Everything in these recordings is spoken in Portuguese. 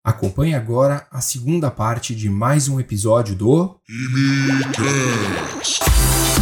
Acompanhe agora a segunda parte de mais um episódio do Imicast.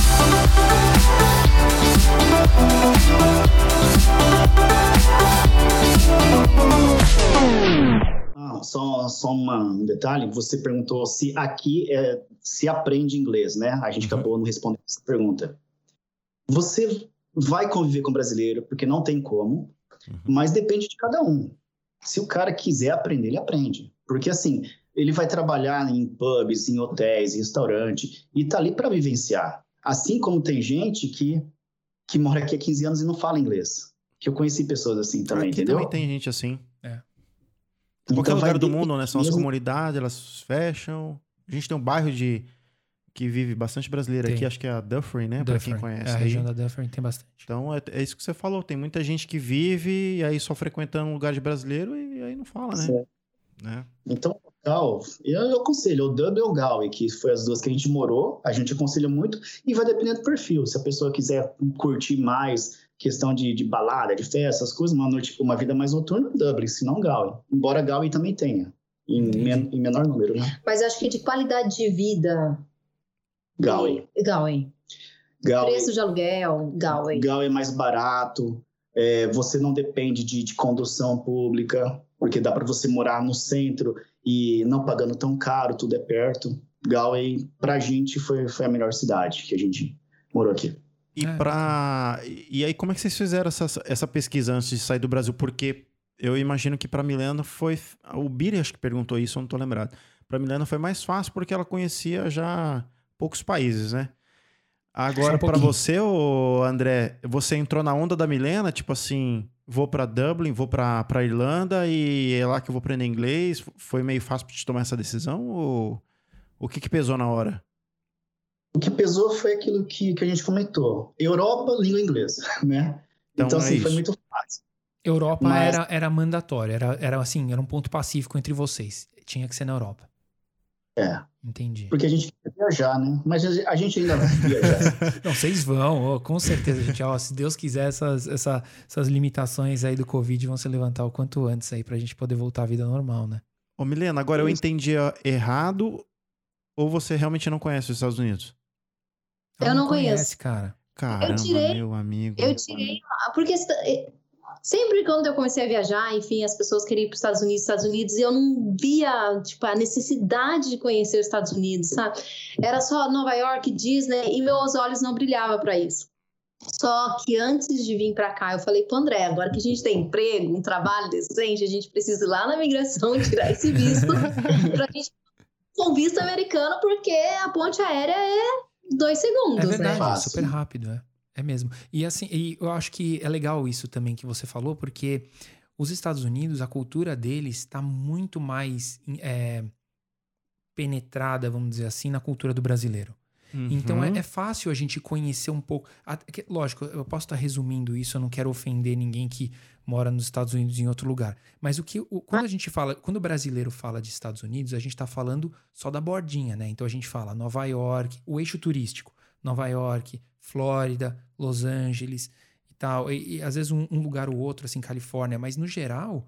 Só um detalhe, você perguntou se aqui se aprende inglês, né? A gente acabou não respondendo essa pergunta. Você vai conviver com brasileiro, porque não tem como, mas depende de cada um. Se o cara quiser aprender, ele aprende. Porque assim, ele vai trabalhar em pubs, em hotéis, em restaurante, e tá ali para vivenciar. Assim como tem gente que mora aqui há 15 anos e não fala inglês. Que eu conheci pessoas assim também, aqui entendeu? Também tem gente assim. Então, Qualquer lugar do mundo, né? São as mesmo... comunidades, elas fecham. A gente tem um bairro que vive bastante brasileiro aqui, acho que é a Dufferin, né? Pra quem conhece. A região da Dufferin tem bastante. Então, é isso que você falou. Tem muita gente que vive e aí só frequentando um lugar de brasileiro e aí não fala, né? Então, Gal, eu aconselho o Dub ou o Galway, que foi as duas que a gente morou, a gente aconselha muito e vai depender do perfil. Se a pessoa quiser curtir mais questão de balada, de festa, essas coisas, uma vida mais noturna, Dublin, se não Galway. Embora Galway também tenha, em menor número, né? Mas acho que de qualidade de vida... Galway. Preço de aluguel, Galway. Galway é mais barato, você não depende de condução pública, porque dá para você morar no centro e não pagando tão caro, tudo é perto. Galway, pra gente, foi a melhor cidade que a gente morou aqui. E aí, como é que vocês fizeram essa pesquisa antes de sair do Brasil? Porque eu imagino que para Milena foi... O Biri acho que perguntou isso, eu não tô lembrado. Para Milena foi mais fácil porque ela conhecia já poucos países, né? Agora, para você, André, você entrou na onda da Milena, tipo assim, vou para Dublin, vou para Irlanda e é lá que eu vou aprender inglês. Foi meio fácil para te tomar essa decisão? Ou o que pesou na hora? O que pesou foi aquilo que a gente comentou. Europa, língua inglesa, né? Então assim, foi muito fácil. Europa era mandatório, era assim, era um ponto pacífico entre vocês. Tinha que ser na Europa. Entendi. Porque a gente quer viajar, né? Mas a gente ainda vai viajar. Não, vocês vão, com certeza, gente. Se Deus quiser, essas limitações aí do Covid vão se levantar o quanto antes aí pra gente poder voltar à vida normal, né? Ô, Milena, agora eu entendi errado ou você realmente não conhece os Estados Unidos? Eu não conheço. Cara. Caramba, meu amigo. Eu tirei, porque sempre quando eu comecei a viajar, enfim, as pessoas queriam ir para os Estados Unidos, e eu não via, tipo, a necessidade de conhecer os Estados Unidos, sabe? Era só Nova York, Disney, e meus olhos não brilhavam para isso. Só que antes de vir para cá, eu falei pro André, agora que a gente tem emprego, um trabalho decente, a gente precisa ir lá na imigração tirar esse visto pra gente com visto americano, porque a ponte aérea é 2 segundos, é verdade, né? Super rápido, é mesmo. E assim, eu acho que é legal isso também que você falou, porque os Estados Unidos, a cultura deles está muito mais penetrada, vamos dizer assim, na cultura do brasileiro. Então é fácil a gente conhecer um pouco. Lógico, eu posso estar resumindo isso, eu não quero ofender ninguém que mora nos Estados Unidos em outro lugar. Mas quando a gente fala, quando o brasileiro fala de Estados Unidos, a gente está falando só da bordinha, né? Então a gente fala Nova York, o eixo turístico, Nova York, Flórida, Los Angeles e tal. E às vezes um lugar ou outro, assim, Califórnia. Mas no geral,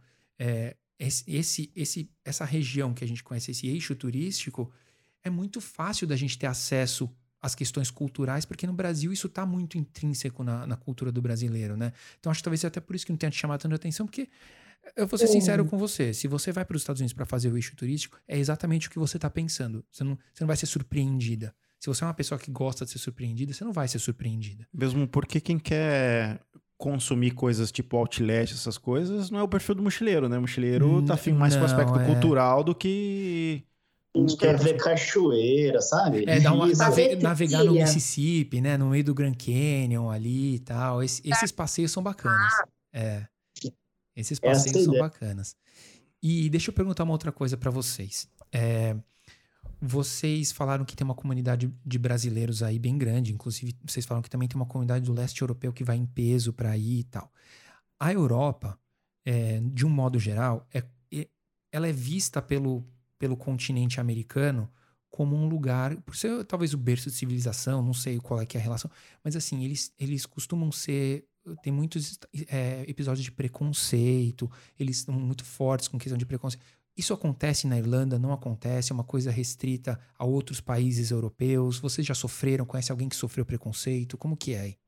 essa região que a gente conhece, esse eixo turístico, é muito fácil da gente ter acesso às questões culturais, porque no Brasil isso está muito intrínseco na cultura do brasileiro, né? Então acho que talvez até por isso que não tenha te chamado tanta atenção, porque eu vou ser sincero com você, se você vai para os Estados Unidos para fazer o eixo turístico, é exatamente o que você está pensando. Você não vai ser surpreendida. Se você é uma pessoa que gosta de ser surpreendida, você não vai ser surpreendida. Mesmo porque quem quer consumir coisas tipo outlet, essas coisas, não é o perfil do mochileiro, né? O mochileiro tá afim mais com o aspecto cultural do que... A gente quer ver cachoeira, sabe? Navegar no Mississippi, né? No meio do Grand Canyon ali e tal. Esses passeios são bacanas. Esses passeios são bacanas. E deixa eu perguntar uma outra coisa pra vocês. Vocês falaram que tem uma comunidade de brasileiros aí bem grande. Inclusive, vocês falaram que também tem uma comunidade do leste europeu que vai em peso pra ir e tal. A Europa, de um modo geral, ela é vista pelo continente americano como um lugar, por ser talvez o berço de civilização, não sei qual é que é a relação, mas assim, eles costumam ser, tem muitos episódios de preconceito, eles estão muito fortes com questão de preconceito. Isso acontece na Irlanda? Não acontece? É uma coisa restrita a outros países europeus? Vocês já sofreram? Conhece alguém que sofreu preconceito? Como que é aí?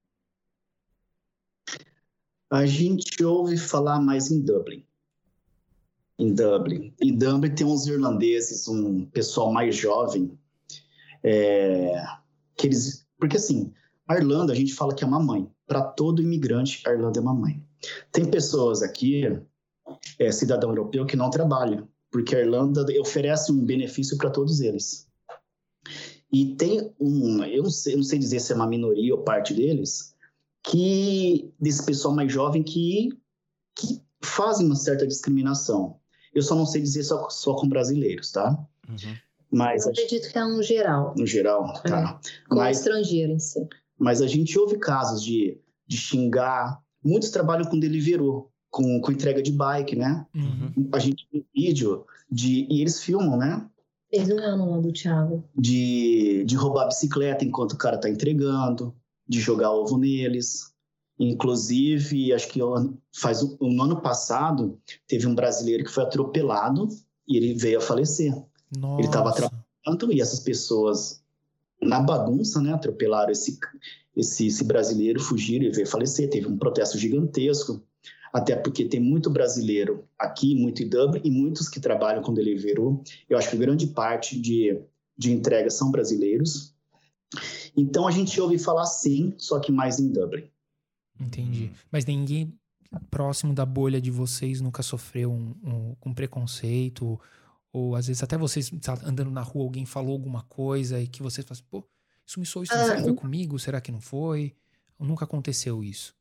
A gente ouve falar mais em Dublin. Em Dublin tem uns irlandeses, um pessoal mais jovem, que eles... Porque assim, a Irlanda a gente fala que é uma mãe. Para todo imigrante, a Irlanda é uma mãe. Tem pessoas aqui, cidadão europeu, que não trabalha, porque a Irlanda oferece um benefício para todos eles. E tem eu não sei dizer se é uma minoria ou parte deles, desse pessoal mais jovem que fazem uma certa discriminação. Eu só não sei dizer só com brasileiros, tá? Uhum. Mas eu acredito que é no geral. No geral, tá. Com estrangeiro em si. Mas a gente ouve casos de xingar. Muitos trabalham com Deliveroo, com entrega de bike, né? Uhum. A gente tem vídeo e eles filmam, né? Eles não é no do Thiago. De roubar a bicicleta enquanto o cara tá entregando, de jogar ovo neles. Inclusive, acho que no ano passado, teve um brasileiro que foi atropelado e ele veio a falecer. Nossa. Ele estava trabalhando e essas pessoas, na bagunça, né, atropelaram esse brasileiro, fugiram e veio a falecer. Teve um protesto gigantesco, até porque tem muito brasileiro aqui, muito em Dublin, e muitos que trabalham com Deliveroo. Eu acho que grande parte de entrega são brasileiros. Então, a gente ouve falar sim, só que mais em Dublin. Entendi. Mas ninguém próximo da bolha de vocês nunca sofreu um preconceito? Ou às vezes até vocês, sabe, andando na rua, alguém falou alguma coisa e que vocês falam assim, pô, isso será que foi comigo? Será que não foi? Ou nunca aconteceu isso?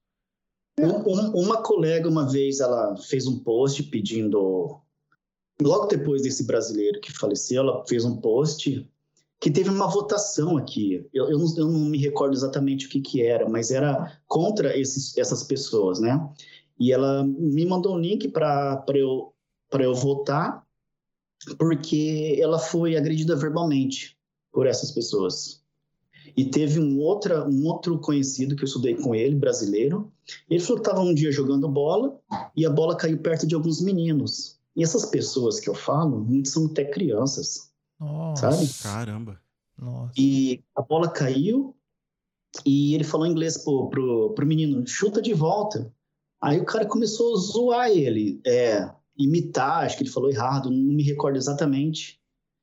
Uma colega, uma vez, ela fez um post pedindo... Logo depois desse brasileiro que faleceu, ela fez um post que teve uma votação aqui. Eu não me recordo exatamente o que era, mas era contra essas pessoas, né? E ela me mandou um link para eu votar, porque ela foi agredida verbalmente por essas pessoas. E teve um outro conhecido que eu estudei com ele, brasileiro. Ele falou que estava um dia jogando bola e a bola caiu perto de alguns meninos. E essas pessoas que eu falo, muitos são até crianças. Nossa, sabe? Caramba. Nossa. E a bola caiu e ele falou em inglês pro menino, chuta de volta. Aí o cara começou a zoar ele, imitar, acho que ele falou errado, não me recordo exatamente.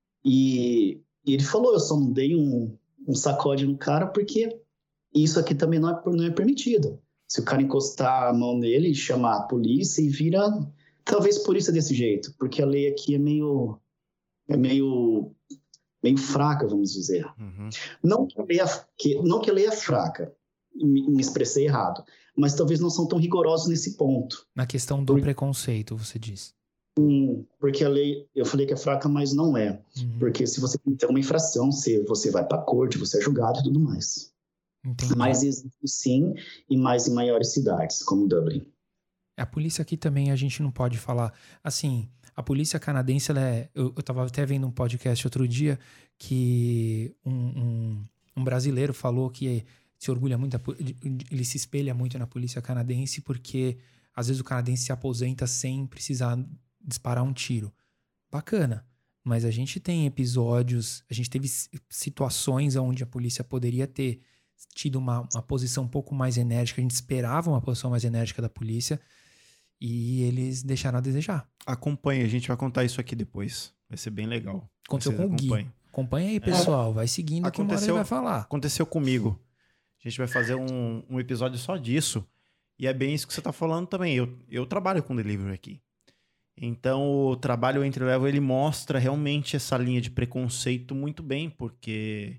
E ele falou, eu só não dei um sacode no cara porque isso aqui também não é permitido. Se o cara encostar a mão nele, chamar a polícia e vira... Talvez por isso é desse jeito, porque a lei aqui é meio fraca, vamos dizer. Uhum. Não que a lei é fraca, me expressei errado, mas talvez não são tão rigorosos nesse ponto. Na questão do preconceito, você diz. Porque a lei, eu falei que é fraca, mas não é. Uhum. Porque se você tem uma infração, você vai para a corte, você é julgado e tudo mais. Entendi. Mas existe sim, e mais em maiores cidades, como Dublin. A polícia aqui também a gente não pode falar. Assim, a polícia canadense, ela eu tava até vendo um podcast outro dia que um brasileiro falou que se orgulha muito, ele se espelha muito na polícia canadense porque às vezes o canadense se aposenta sem precisar disparar um tiro. Bacana. Mas a gente tem episódios, a gente teve situações onde a polícia poderia ter tido uma posição um pouco mais enérgica, a gente esperava uma posição mais enérgica da polícia e eles deixaram a desejar. Acompanhe, a gente vai contar isso aqui depois. Vai ser bem legal. Aconteceu com o Gui. Acompanha aí, pessoal. Vai seguindo que uma hora ele vai falar. Aconteceu comigo. A gente vai fazer um episódio só disso. E é bem isso que você está falando também. Eu trabalho com delivery aqui. Então, o trabalho entry-level, ele mostra realmente essa linha de preconceito muito bem, porque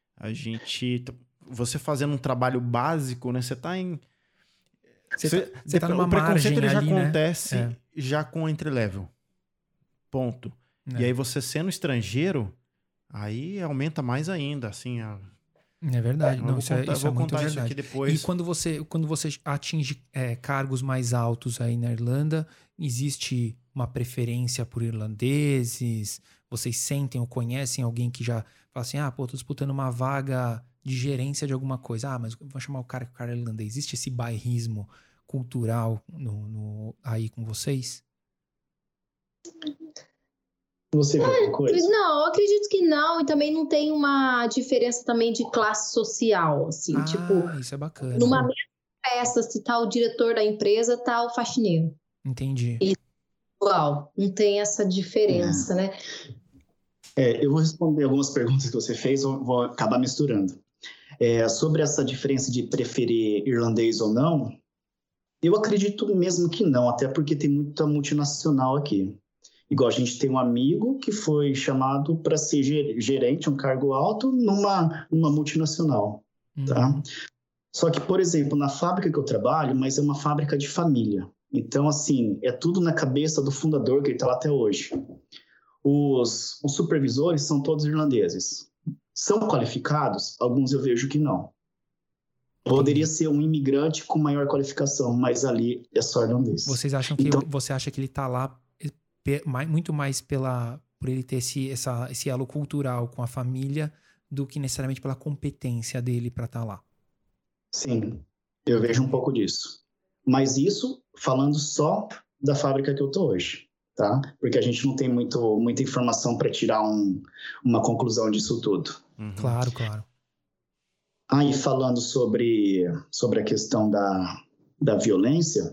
você fazendo um trabalho básico, né? Você está em... Você tá numa o preconceito ele já ali, acontece né? já com entry-level. Ponto. É. E aí você sendo estrangeiro, aí aumenta mais ainda, assim. É verdade. Não, isso é muito verdade. Isso aqui depois. E quando você atinge cargos mais altos aí na Irlanda, existe uma preferência por irlandeses? Vocês sentem ou conhecem alguém que já fala assim, tô disputando uma vaga de gerência de alguma coisa. Mas vou chamar o cara é irlandês. Existe esse bairrismo cultural aí com vocês? Você vê alguma coisa? Não, eu acredito que não, e também não tem uma diferença também de classe social, assim, isso é bacana. Numa mesma festa, se tá o diretor da empresa, tá o faxineiro. Entendi. Igual, não tem essa diferença, né? Eu vou responder algumas perguntas que você fez, vou acabar misturando. Sobre essa diferença de preferir irlandês ou não, eu acredito mesmo que não, até porque tem muita multinacional aqui. Igual a gente tem um amigo que foi chamado para ser gerente, um cargo alto, numa multinacional, tá? Só que, por exemplo, na fábrica que eu trabalho, mas é uma fábrica de família. Então, assim, é tudo na cabeça do fundador, que ele está lá até hoje. Os supervisores são todos irlandeses. São qualificados? Alguns eu vejo que não. Poderia ser um imigrante com maior qualificação, mas ali é só irlandês. Você acha que ele está lá muito mais por ele ter esse elo cultural com a família do que necessariamente pela competência dele para estar lá? Sim, eu vejo um pouco disso. Mas isso falando só da fábrica que eu estou hoje, tá? Porque a gente não tem muita informação para tirar uma conclusão disso tudo. Claro. Aí falando sobre a questão da violência,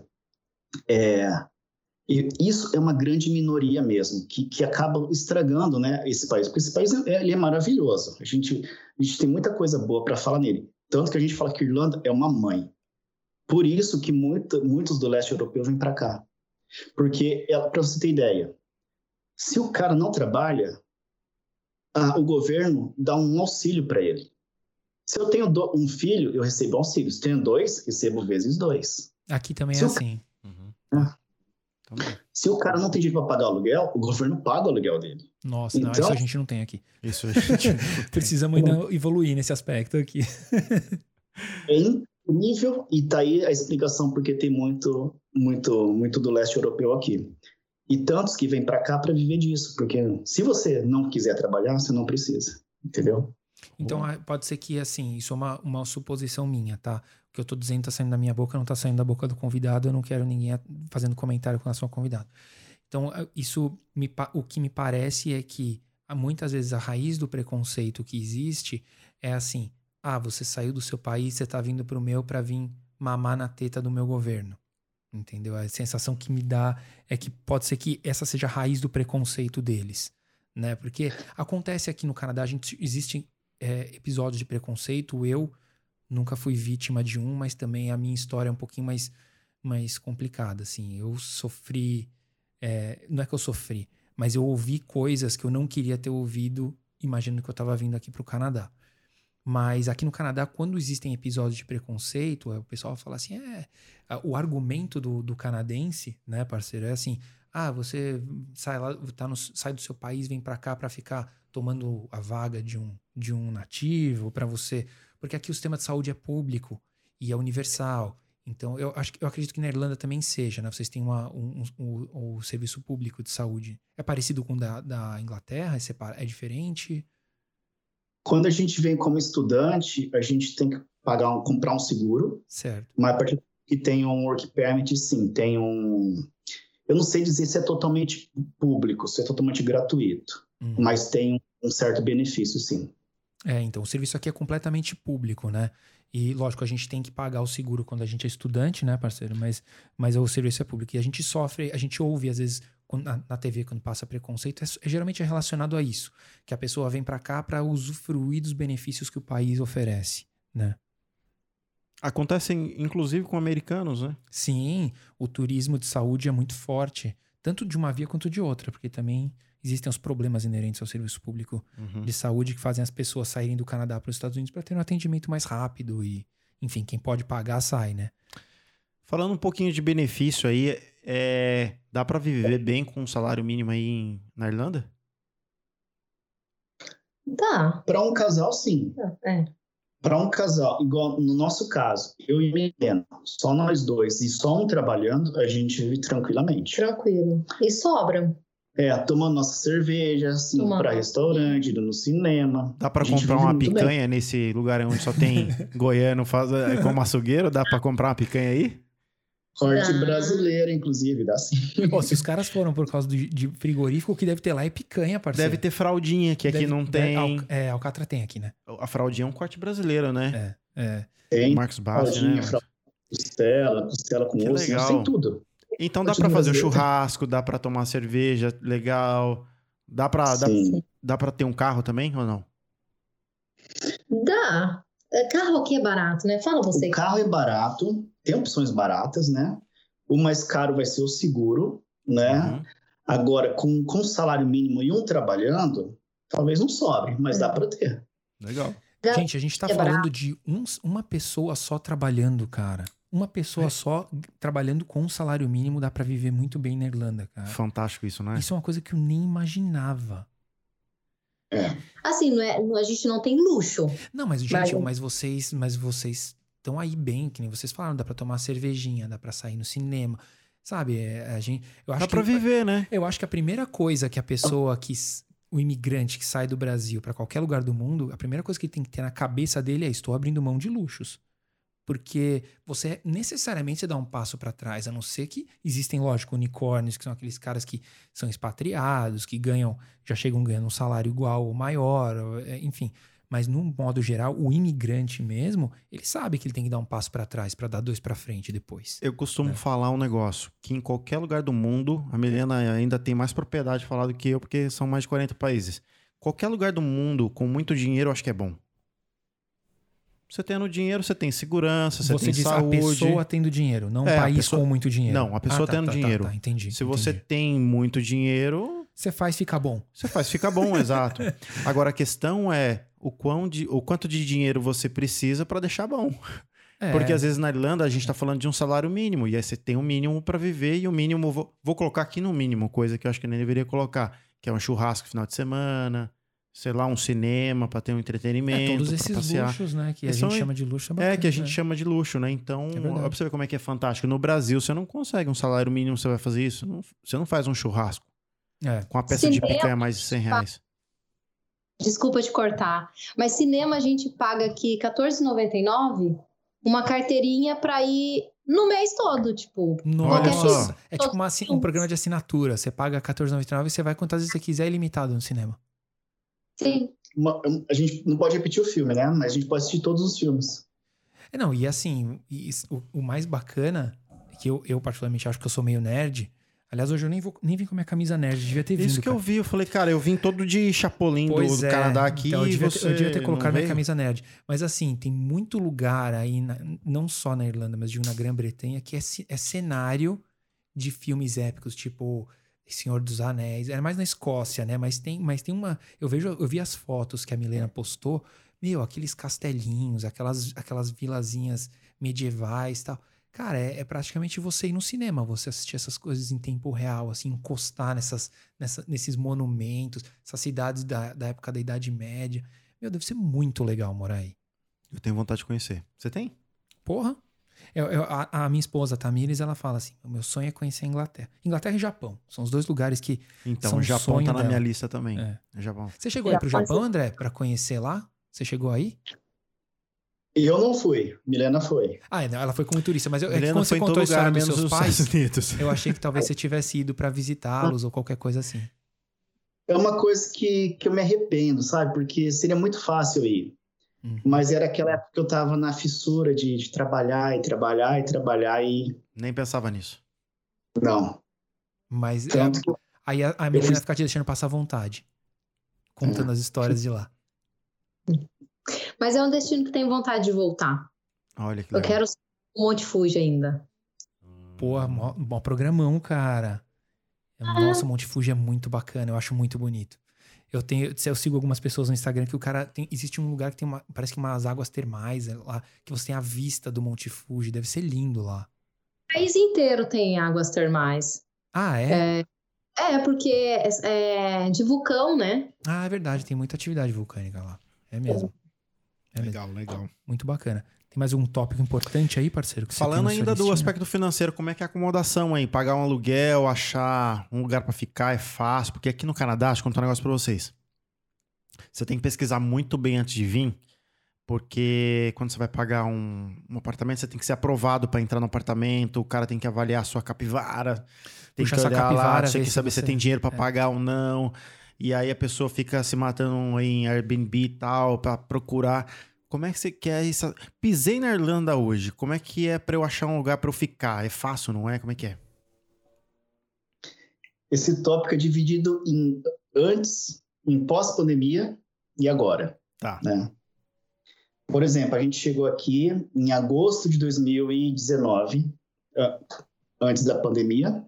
e isso é uma grande minoria mesmo, que acaba estragando, né, esse país. Porque esse país ele é maravilhoso. A gente tem muita coisa boa para falar nele. Tanto que a gente fala que a Irlanda é uma mãe. Por isso que muitos do leste europeu vêm para cá. Porque, para você ter ideia, se o cara não trabalha, o governo dá um auxílio para ele. Se eu tenho um filho, eu recebo auxílio. Se tenho 2, recebo vezes 2. Aqui também é assim. Se o cara não tem dinheiro para pagar o aluguel, o governo paga o aluguel dele. Nossa, então, isso a gente não tem aqui. Isso a gente não tem. Precisamos ainda evoluir nesse aspecto aqui. É incrível, e tá aí a explicação porque tem muito do leste europeu aqui. E tantos que vêm para cá para viver disso, porque se você não quiser trabalhar, você não precisa, entendeu? Então, pode ser que, assim, isso é uma suposição minha, tá? O que eu tô dizendo tá saindo da minha boca, não tá saindo da boca do convidado, eu não quero ninguém fazendo comentário com relação ao convidado. Então, o que me parece é que, muitas vezes, a raiz do preconceito que existe é assim, você saiu do seu país, você tá vindo pro meu pra vir mamar na teta do meu governo. Entendeu? A sensação que me dá é que pode ser que essa seja a raiz do preconceito deles, né? Porque acontece aqui no Canadá, existem episódios de preconceito. Eu nunca fui vítima de mas também a minha história é um pouquinho mais complicada, assim. Eu sofri, não é que eu sofri, mas eu ouvi coisas que eu não queria ter ouvido, imaginando que eu estava vindo aqui pro Canadá. Mas aqui no Canadá, quando existem episódios de preconceito, o pessoal fala assim, o argumento do canadense, né, parceiro, é assim, você sai lá, sai do seu país, vem pra cá pra ficar tomando a vaga de um nativo, pra você... Porque aqui o sistema de saúde é público e é universal. Então, eu acredito que na Irlanda também seja, né? Vocês têm o serviço público de saúde. É parecido com o da Inglaterra? É diferente? Quando a gente vem como estudante, a gente tem que comprar um seguro. Certo. Mas a partir que tem um work permit, sim, tem um... Eu não sei dizer se é totalmente público, se é totalmente gratuito, mas tem um certo benefício, sim. Então o serviço aqui é completamente público, né? E, lógico, a gente tem que pagar o seguro quando a gente é estudante, né, parceiro? Mas o serviço é público. E a gente sofre, a gente ouve, às vezes, na TV, quando passa preconceito, geralmente é relacionado a isso. Que a pessoa vem pra cá pra usufruir dos benefícios que o país oferece, né? Acontece, inclusive, com americanos, né? Sim, o turismo de saúde é muito forte, tanto de uma via quanto de outra, porque também existem os problemas inerentes ao serviço público de saúde que fazem as pessoas saírem do Canadá para os Estados Unidos para ter um atendimento mais rápido e, enfim, quem pode pagar sai, né? Falando um pouquinho de benefício aí, dá para viver bem com um salário mínimo aí na Irlanda? Dá. Para um casal, sim. Para um casal, igual no nosso caso, eu e minha irmã, só nós dois e só um trabalhando, a gente vive tranquilamente. Tranquilo. E sobra. Tomando nossa cerveja, assim, para restaurante, indo no cinema. Dá para comprar uma picanha nesse lugar onde só tem goiano como açougueiro? Dá para comprar uma picanha aí? Corte brasileiro, inclusive, dá sim. Se os caras foram por causa de frigorífico, o que deve ter lá é picanha, parceiro. Deve ter fraldinha, que aqui não tem. Alcatra tem aqui, né? A fraldinha é um corte brasileiro, né? Tem. Marcos Bassi, né? Costela com que osso, legal. tem tudo. Então dá pra fazer um churrasco, dá pra tomar cerveja, legal. Dá pra ter um carro também ou não? Dá. Carro aqui é barato, né? Fala você. O carro é barato, tem opções baratas, né? O mais caro vai ser o seguro, né? Uhum. Agora, com salário mínimo e um trabalhando, talvez não sobre, mas dá pra ter. Legal. Gente, a gente tá falando de uma pessoa só trabalhando, cara. Uma pessoa só trabalhando com um salário mínimo dá pra viver muito bem na Irlanda, cara. Fantástico isso, né? Isso é uma coisa que eu nem imaginava. Assim, a gente não tem luxo. Não, mas gente, mas vocês estão aí bem, que nem vocês falaram, dá pra tomar cervejinha, dá pra sair no cinema, sabe? Eu acho dá pra viver, né? Eu acho que a primeira coisa que a pessoa o imigrante que sai do Brasil pra qualquer lugar do mundo, a primeira coisa que ele tem que ter na cabeça dele é: estou abrindo mão de luxos. Porque você necessariamente dá um passo para trás, a não ser que existem, lógico, unicórnios, que são aqueles caras que são expatriados, que já chegam ganhando um salário igual ou maior, enfim. Mas, no modo geral, o imigrante mesmo, ele sabe que ele tem que dar um passo para trás para dar 2 para frente depois. Eu costumo falar um negócio, que em qualquer lugar do mundo, a Milena ainda tem mais propriedade de falar do que eu, porque são mais de 40 países. Qualquer lugar do mundo, com muito dinheiro, eu acho que é bom. Você tendo dinheiro, você tem segurança, você tem saúde. A pessoa tendo dinheiro, não um país com muito dinheiro. Não, a pessoa tendo dinheiro. Entendi. Se você tem muito dinheiro... Você faz ficar bom. Exato. Agora, a questão é o quanto de dinheiro você precisa para deixar bom. Porque, às vezes, na Irlanda, a gente tá falando de um salário mínimo. E aí você tem um mínimo para viver. E o mínimo... Vou colocar aqui no mínimo, coisa que eu acho que nem deveria colocar. Que é um churrasco final de semana... Sei lá, um cinema para ter um entretenimento. Todos esses luxos, né? Que a gente chama de luxo. Que a gente chama de luxo, né? Então, olha pra você ver como é que é fantástico. No Brasil, você não consegue um salário mínimo, você vai fazer isso. Você não faz um churrasco com a peça de picanha mais de R$100. Desculpa te cortar. Mas cinema a gente paga aqui R$14,99 uma carteirinha para ir no mês todo, tipo. Olha só. É tipo um programa de assinatura. Você paga R$14,99 e você vai quantas vezes você quiser, ilimitado no cinema. Sim. A gente não pode repetir o filme, né? Mas a gente pode assistir todos os filmes. Não, e assim, o mais bacana, que eu particularmente acho que eu sou meio nerd. Aliás, hoje eu nem vim com a minha camisa nerd, devia ter vindo. Isso que eu vi, eu falei, cara, eu vim todo de Chapolin do Canadá aqui. Então eu devia ter colocado minha camisa nerd. Mas assim, tem muito lugar aí, não só na Irlanda, mas na Grã-Bretanha, que é cenário de filmes épicos, tipo... Senhor dos Anéis, era mais na Escócia, né? Mas tem uma... Eu vi as fotos que a Milena postou, aqueles castelinhos, aquelas vilazinhas medievais e tal. Cara, é praticamente você ir no cinema, você assistir essas coisas em tempo real, assim, encostar nesses monumentos, essas cidades da época da Idade Média. Deve ser muito legal morar aí. Eu tenho vontade de conhecer. Você tem? Porra! A minha esposa, a Tamires, ela fala assim: o meu sonho é conhecer a Inglaterra. Inglaterra e Japão. São os 2 lugares que Então, o Japão tá na minha lista também. Japão. Você chegou aí pro Japão, André, pra conhecer lá? Você chegou aí? Eu não fui. Milena foi. Ela foi como turista. Mas quando você contou a história dos seus pais, eu achei que talvez você tivesse ido pra visitá-los ou qualquer coisa assim. É uma coisa que eu me arrependo, sabe? Porque seria muito fácil ir. Mas era aquela época que eu tava na fissura de trabalhar e... Nem pensava nisso. Não. Mas aí a menina fica te deixando passar vontade. Contando as histórias de lá. Mas é um destino que tem vontade de voltar. Olha que legal. Eu quero o Monte Fuji ainda. Pô, mó programão, cara. Nossa, o Monte Fuji é muito bacana. Eu acho muito bonito. Eu sigo algumas pessoas no Instagram que o cara existe um lugar que tem parece que umas águas termais lá, que você tem a vista do Monte Fuji, deve ser lindo lá. O país inteiro tem águas termais. Ah, é? Porque é de vulcão, né? Ah, é verdade, tem muita atividade vulcânica lá. É mesmo. Legal. Muito bacana. Tem mais um tópico importante aí, parceiro? Que Falando ainda do aspecto financeiro, como é que é a acomodação aí? Pagar um aluguel, achar um lugar pra ficar é fácil? Porque aqui no Canadá, deixa eu contar um negócio pra vocês. Você tem que pesquisar muito bem antes de vir, Porque quando você vai pagar um apartamento, você tem que ser aprovado para entrar no apartamento, o cara tem que avaliar a sua capivara, tem Puxa que essa olhar capivara, lá, tem que ver saber se se você- tem dinheiro para pagar ou não. E aí a pessoa fica se matando em Airbnb e tal, para procurar. Como é que você quer isso? Pisei na Irlanda hoje, como é que é para eu achar um lugar para eu ficar? É fácil, não é? Como é que é? Esse tópico é dividido em antes, em pós-pandemia e agora, Tá. né? Por exemplo, a gente chegou aqui em agosto de 2019, antes da pandemia,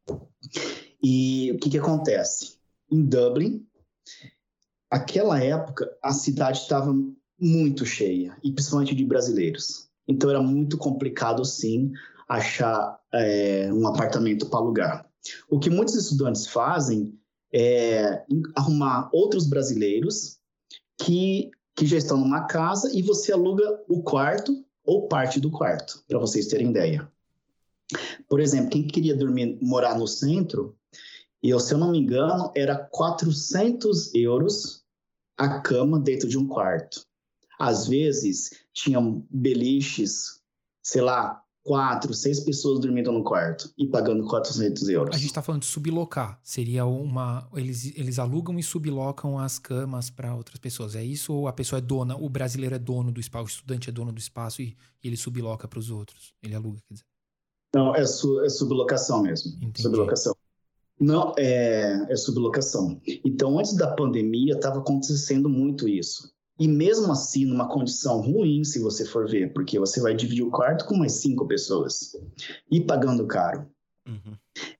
e o que acontece? Em Dublin, aquela época, a cidade estava muito cheia, e principalmente de brasileiros. Então, era muito complicado, sim, achar um apartamento para alugar. O que muitos estudantes fazem é arrumar outros brasileiros que já estão numa casa e você aluga o quarto ou parte do quarto, para vocês terem ideia. Por exemplo, quem queria morar no centro, se eu não me engano, era 400 euros a cama dentro de um quarto. Às vezes, tinham beliches, sei lá, 4, 6 pessoas dormindo no quarto e pagando 400 euros. A gente tá falando de sublocar. Seria uma... Eles alugam e sublocam as camas para outras pessoas. É isso? Ou a pessoa é dona, o brasileiro é dono do espaço, o estudante é dono do espaço e ele subloca para os outros? Ele aluga, quer dizer. Não, é sublocação mesmo. Entendi. Sublocação. Não, é sublocação. Então, antes da pandemia, estava acontecendo muito isso. E mesmo assim, numa condição ruim, se você for ver, porque você vai dividir o quarto com mais 5 pessoas e pagando caro. Uhum.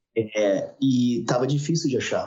E estava difícil de achar.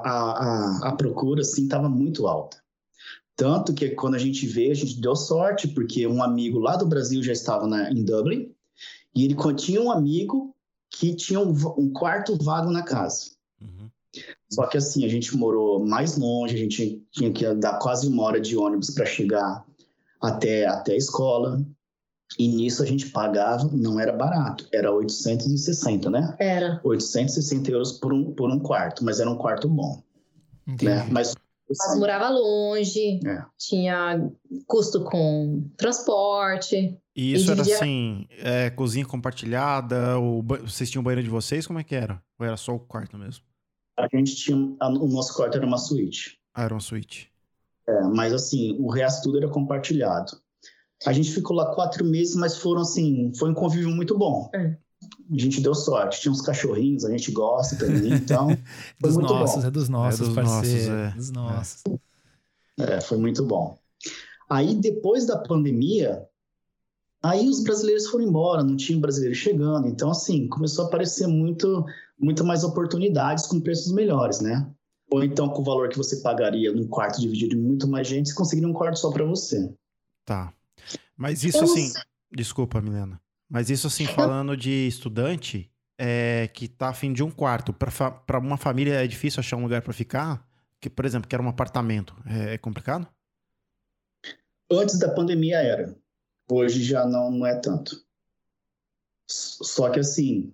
A procura, assim, estava muito alta. Tanto que quando a gente veio, a gente deu sorte, porque um amigo lá do Brasil já estava em Dublin, e ele tinha um amigo que tinha um quarto vago na casa. Uhum. Só que assim, a gente morou mais longe, a gente tinha que andar quase 1 hora de ônibus para chegar até a escola. E nisso a gente pagava, não era barato, era 860, né? Era. 860 euros por um quarto, mas era um quarto bom. Entendi. Né? Mas morava longe, tinha custo com transporte. E isso era assim, cozinha compartilhada, vocês tinham banheiro de vocês, como é que era? Ou era só o quarto mesmo? A gente tinha, o nosso quarto era uma suíte. Ah, era uma suíte. Mas assim, o resto tudo era compartilhado. A gente ficou lá 4 meses, mas foi um convívio muito bom. A gente deu sorte, tinha uns cachorrinhos, a gente gosta também, então dos nossos, parceiros. Dos nossos. Foi muito bom. Aí, depois da pandemia, aí os brasileiros foram embora, não tinha brasileiro chegando. Então, assim, começou a aparecer muito mais oportunidades com preços melhores, né? Ou então, com o valor que você pagaria num quarto dividido em muito mais gente, você conseguiria um quarto só para você. Tá. Mas isso, assim... Desculpa, Milena. Mas isso, assim, falando de estudante, que tá a fim de um quarto. Para uma família é difícil achar um lugar para ficar? Que, por exemplo, que era um apartamento. É complicado? Antes da pandemia era. Hoje já não é tanto. Só que assim,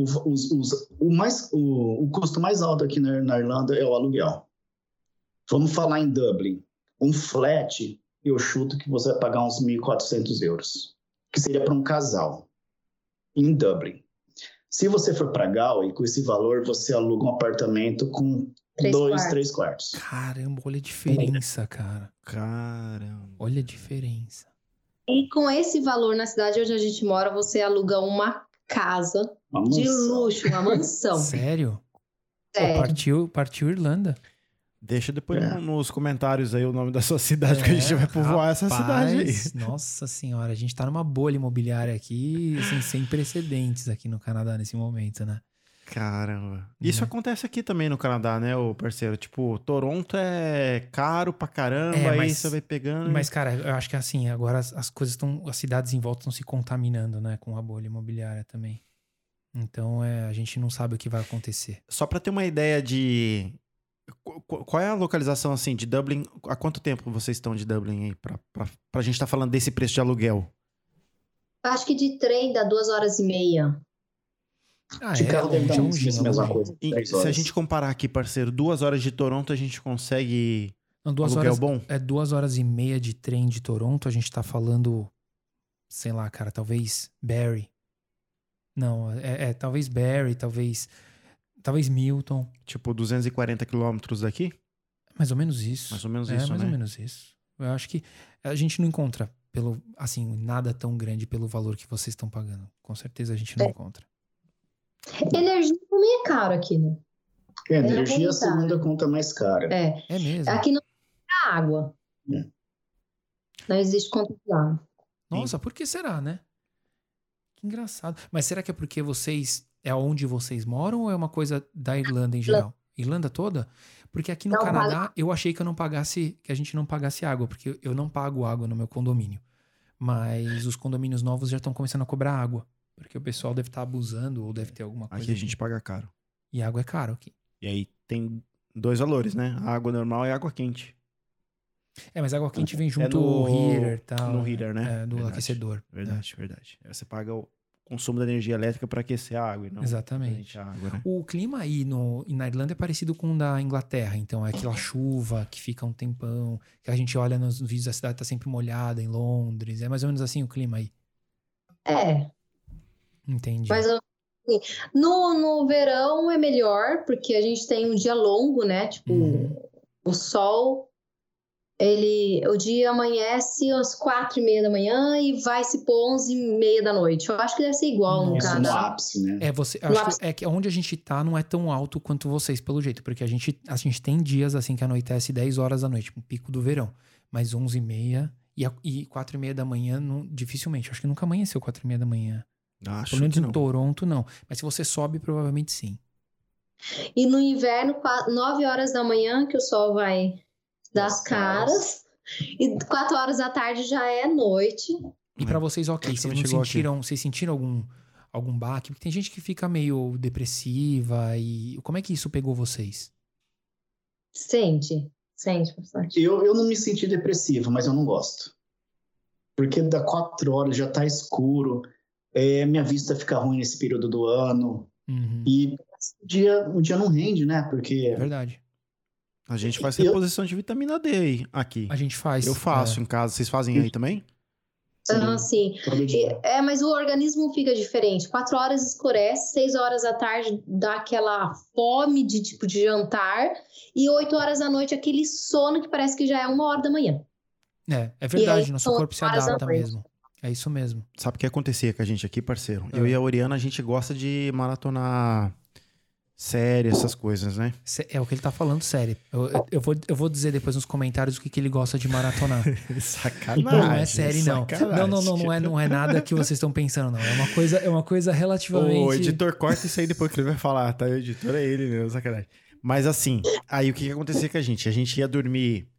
o custo mais alto aqui na Irlanda é o aluguel. Vamos falar em Dublin. Um flat, eu chuto que você vai pagar uns 1.400 euros, que seria para um casal, em Dublin. Se você for para Galway, com esse valor, você aluga um apartamento com 3 quartos. Caramba, olha a diferença, cara. Caramba. Olha a diferença. E com esse valor na cidade onde a gente mora, você aluga uma casa de luxo, uma mansão. Sério? Sério. Partiu Irlanda. Deixa depois nos comentários aí o nome da sua cidade, que a gente vai povoar essa cidade aí. Nossa senhora, a gente tá numa bolha imobiliária aqui, assim, sem precedentes aqui no Canadá nesse momento, né? Caramba. Isso acontece aqui também no Canadá, né, ô parceiro? Tipo, Toronto é caro pra caramba, aí você vai pegando... Mas, cara, eu acho que assim, agora as coisas as cidades em volta estão se contaminando, né, com a bolha imobiliária também. Então, a gente não sabe o que vai acontecer. Só pra ter uma ideia de... Qual é a localização, assim, de Dublin? Há quanto tempo vocês estão de Dublin aí? Pra gente estar falando desse preço de aluguel? Acho que de trem dá 2h30. De carro deve dar mesma coisa. Se a gente comparar aqui, parceiro, 2 horas de Toronto, a gente consegue Não, 2 Aluguel horas, bom? 2 horas e meia de trem de Toronto. A gente tá falando, sei lá, cara, talvez Barrie. Não, talvez Barrie, talvez Milton. Tipo, 240 quilômetros daqui? Mais ou menos isso. Mais ou menos isso, mais né? ou menos isso. Eu acho que a gente não encontra nada tão grande pelo valor que vocês estão pagando. Com certeza a gente não encontra. Energia também é caro aqui, né? Energia é a segunda conta mais cara. É mesmo. Aqui não tem água. Não existe conta de água. Nossa, por que será, né? Que engraçado. Mas será que é porque é onde vocês moram ou é uma coisa da Irlanda em geral? Irlanda toda? Porque aqui no Canadá eu achei que a gente não pagasse água, porque eu não pago água no meu condomínio. Mas os condomínios novos já estão começando a cobrar água. Porque o pessoal deve estar abusando ou deve ter alguma coisa. Aqui a gente paga caro. E água é caro aqui. E aí tem 2 valores, né? A água normal e a água quente. Mas a água quente vem junto o heater e tal. No heater, né? Do aquecedor. Verdade. Aí você paga o consumo da energia elétrica para aquecer a água e não exatamente. A água, né? O clima aí na Irlanda é parecido com o da Inglaterra. Então é aquela chuva que fica um tempão, que a gente olha nos vídeos, a cidade tá sempre molhada em Londres. É mais ou menos assim o clima aí. Entendi. Mas no verão é melhor, porque a gente tem um dia longo, né? Tipo, o sol... o dia amanhece às 4h30 da manhã e vai se pôr 11h30 da noite. Eu acho que deve ser igual no Canadá. No ápice, né? Acho que onde a gente tá não é tão alto quanto vocês, pelo jeito. Porque a gente tem dias assim que anoitece 10 horas da noite, um pico do verão. Mas 11h30 e 4h30 da manhã, dificilmente. Acho que nunca amanheceu 4h30 da manhã. Acho pelo menos que em não. Toronto, não. Mas se você sobe, provavelmente sim. E no inverno, 9 horas da manhã, que o sol vai... das caras. E 4 horas da tarde já é noite. E pra vocês, ok, vocês sentiram algum baque? Porque tem gente que fica meio depressiva e como é que isso pegou vocês? Sente bastante. Eu não me senti depressivo, mas eu não gosto. Porque dá 4 horas, já tá escuro, minha vista fica ruim nesse período do ano. E o dia não rende, né? Porque... É verdade. A gente faz reposição de vitamina D aí, aqui. A gente faz. Eu faço em casa. Vocês fazem aí também? Sim. Mas o organismo fica diferente. 4 horas escurece, 6 horas da tarde dá aquela fome de jantar e 8 horas da noite aquele sono que parece que já é 1h da manhã. É verdade. Nosso corpo se adapta mesmo. É isso mesmo. Sabe o que acontecia com a gente aqui, parceiro? Eu e a Oriana, a gente gosta de maratonar série, essas coisas, né? É o que ele tá falando, sério. Eu vou dizer depois nos comentários o que ele gosta de maratonar. Sacanagem. Não é série, não. Não é nada que vocês estão pensando, não. É uma coisa relativamente... O editor corta isso aí depois que ele vai falar, tá? O editor é ele mesmo, sacanagem. Mas assim, aí o que acontecia com a gente? A gente ia dormir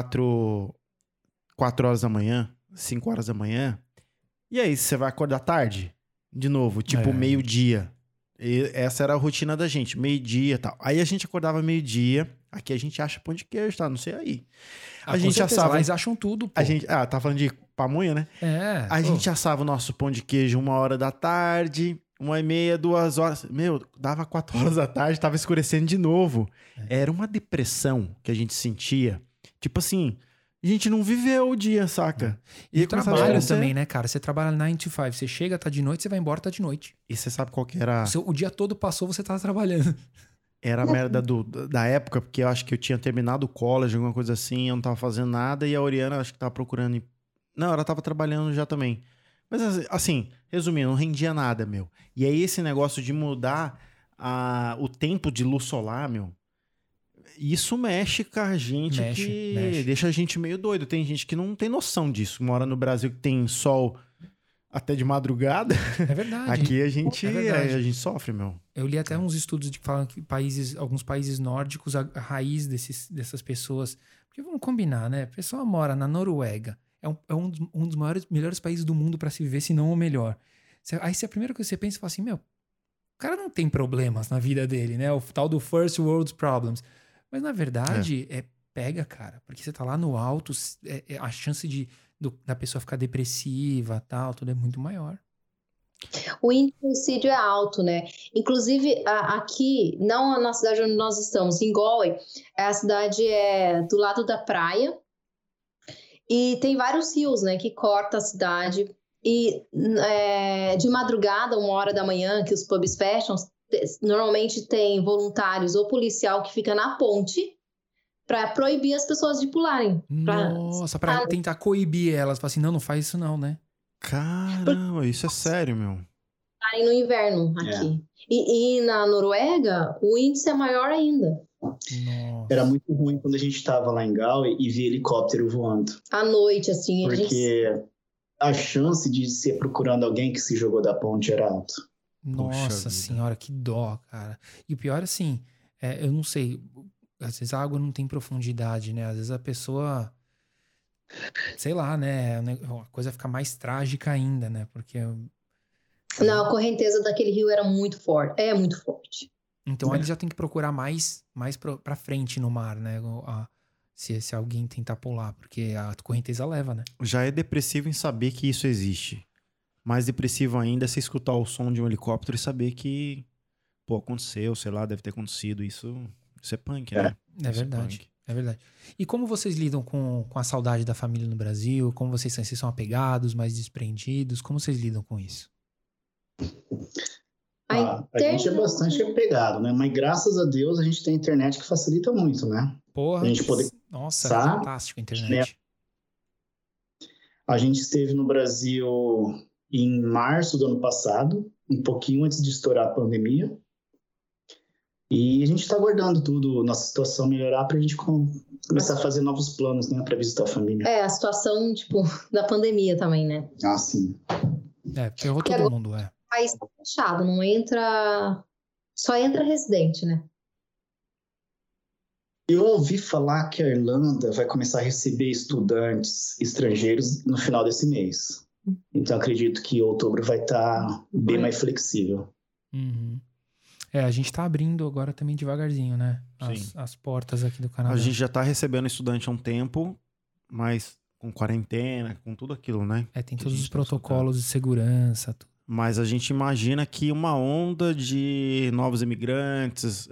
4 horas da manhã, 5 horas da manhã, e aí você vai acordar tarde, de novo, tipo meio-dia. E essa era a rotina da gente, meio-dia e tal. Aí a gente acordava meio-dia, aqui a gente acha pão de queijo, tá? Não sei aí. A gente assava... Eles acham tudo, pô. Tá falando de pamonha, né? A gente assava o nosso pão de queijo 1h da tarde, 1h30, 2 horas. Meu, dava 4 horas da tarde, tava escurecendo de novo. Era uma depressão que a gente sentia. Tipo assim... A gente não viveu o dia, saca? E trabalho também, né, cara? Você trabalha 9 to 5. Você chega, tá de noite, você vai embora, tá de noite. E você sabe qual que era... O dia todo passou, você tava trabalhando. Era a merda da época, porque eu acho que eu tinha terminado o college, alguma coisa assim, eu não tava fazendo nada, e a Oriana acho que tava procurando... Não, ela tava trabalhando já também. Mas assim, resumindo, não rendia nada, meu. E aí esse negócio de mudar o tempo de luz solar, meu... Isso mexe com a gente, mexe. Deixa a gente meio doido. Tem gente que não tem noção disso. Mora no Brasil que tem sol até de madrugada. É verdade. Aqui a gente sofre, meu. Eu li até uns estudos que falam que alguns países nórdicos, a raiz dessas pessoas... Porque vamos combinar, né? A pessoa mora na Noruega. É um dos melhores países do mundo para se viver, se não o melhor. Aí a primeira coisa que você pensa, você fala assim, meu, o cara não tem problemas na vida dele, né? O tal do First World Problems. Mas, na verdade, pega, cara. Porque você tá lá no alto, a chance da pessoa ficar depressiva, tal, tudo é muito maior. O índice de suicídio é alto, né? Inclusive, aqui, não na cidade onde nós estamos, em Galway, a cidade é do lado da praia e tem vários rios, né, que cortam a cidade. E de madrugada, 1h da manhã, que os pubs fecham, normalmente tem voluntários ou policial que fica na ponte para proibir as pessoas de pularem. Nossa, para tentar coibir elas. Falar assim, não faz isso não, né? Caramba, isso é sério, meu. No inverno aqui. E na Noruega, o índice é maior ainda. Nossa. Era muito ruim quando a gente estava lá em Galway e via helicóptero voando. À noite, assim. Porque a chance de ser procurando alguém que se jogou da ponte era alta. Nossa senhora, que dó, cara. E o pior, assim, eu não sei, às vezes a água não tem profundidade, né? Às vezes a pessoa, sei lá, né? A coisa fica mais trágica ainda, né? Porque... Não, a correnteza daquele rio era muito forte. É muito forte. Então ele já tem que procurar mais pra frente no mar, né? Se alguém tentar pular, porque a correnteza leva, né? Já é depressivo em saber que isso existe. Mais depressivo ainda é você escutar o som de um helicóptero e saber que, pô, aconteceu, sei lá, deve ter acontecido. Isso é punk, né? É verdade. É verdade. E como vocês lidam com a saudade da família no Brasil? Como vocês são apegados, mais desprendidos? Como vocês lidam com isso? A gente é bastante apegado, né? Mas graças a Deus a gente tem a internet que facilita muito, né? Porra, a gente poder nossa, é fantástico a internet. A gente esteve no Brasil em março do ano passado, um pouquinho antes de estourar a pandemia. E a gente está aguardando tudo, nossa situação melhorar para a gente começar a fazer novos planos, né? Para visitar a família. A situação, tipo, da pandemia também, né? Ah, sim. Ferrou todo mundo, O país tá fechado, não entra... Só entra residente, né? Eu ouvi falar que a Irlanda vai começar a receber estudantes estrangeiros no final desse mês. Então, acredito que outubro vai estar bem mais flexível. Uhum. A gente está abrindo agora também devagarzinho, né? As portas aqui do Canadá. A gente já está recebendo estudante há um tempo, mas com quarentena, com tudo aquilo, né? Tem todos os protocolos de segurança. Tudo. Mas a gente imagina que uma onda de novos imigrantes,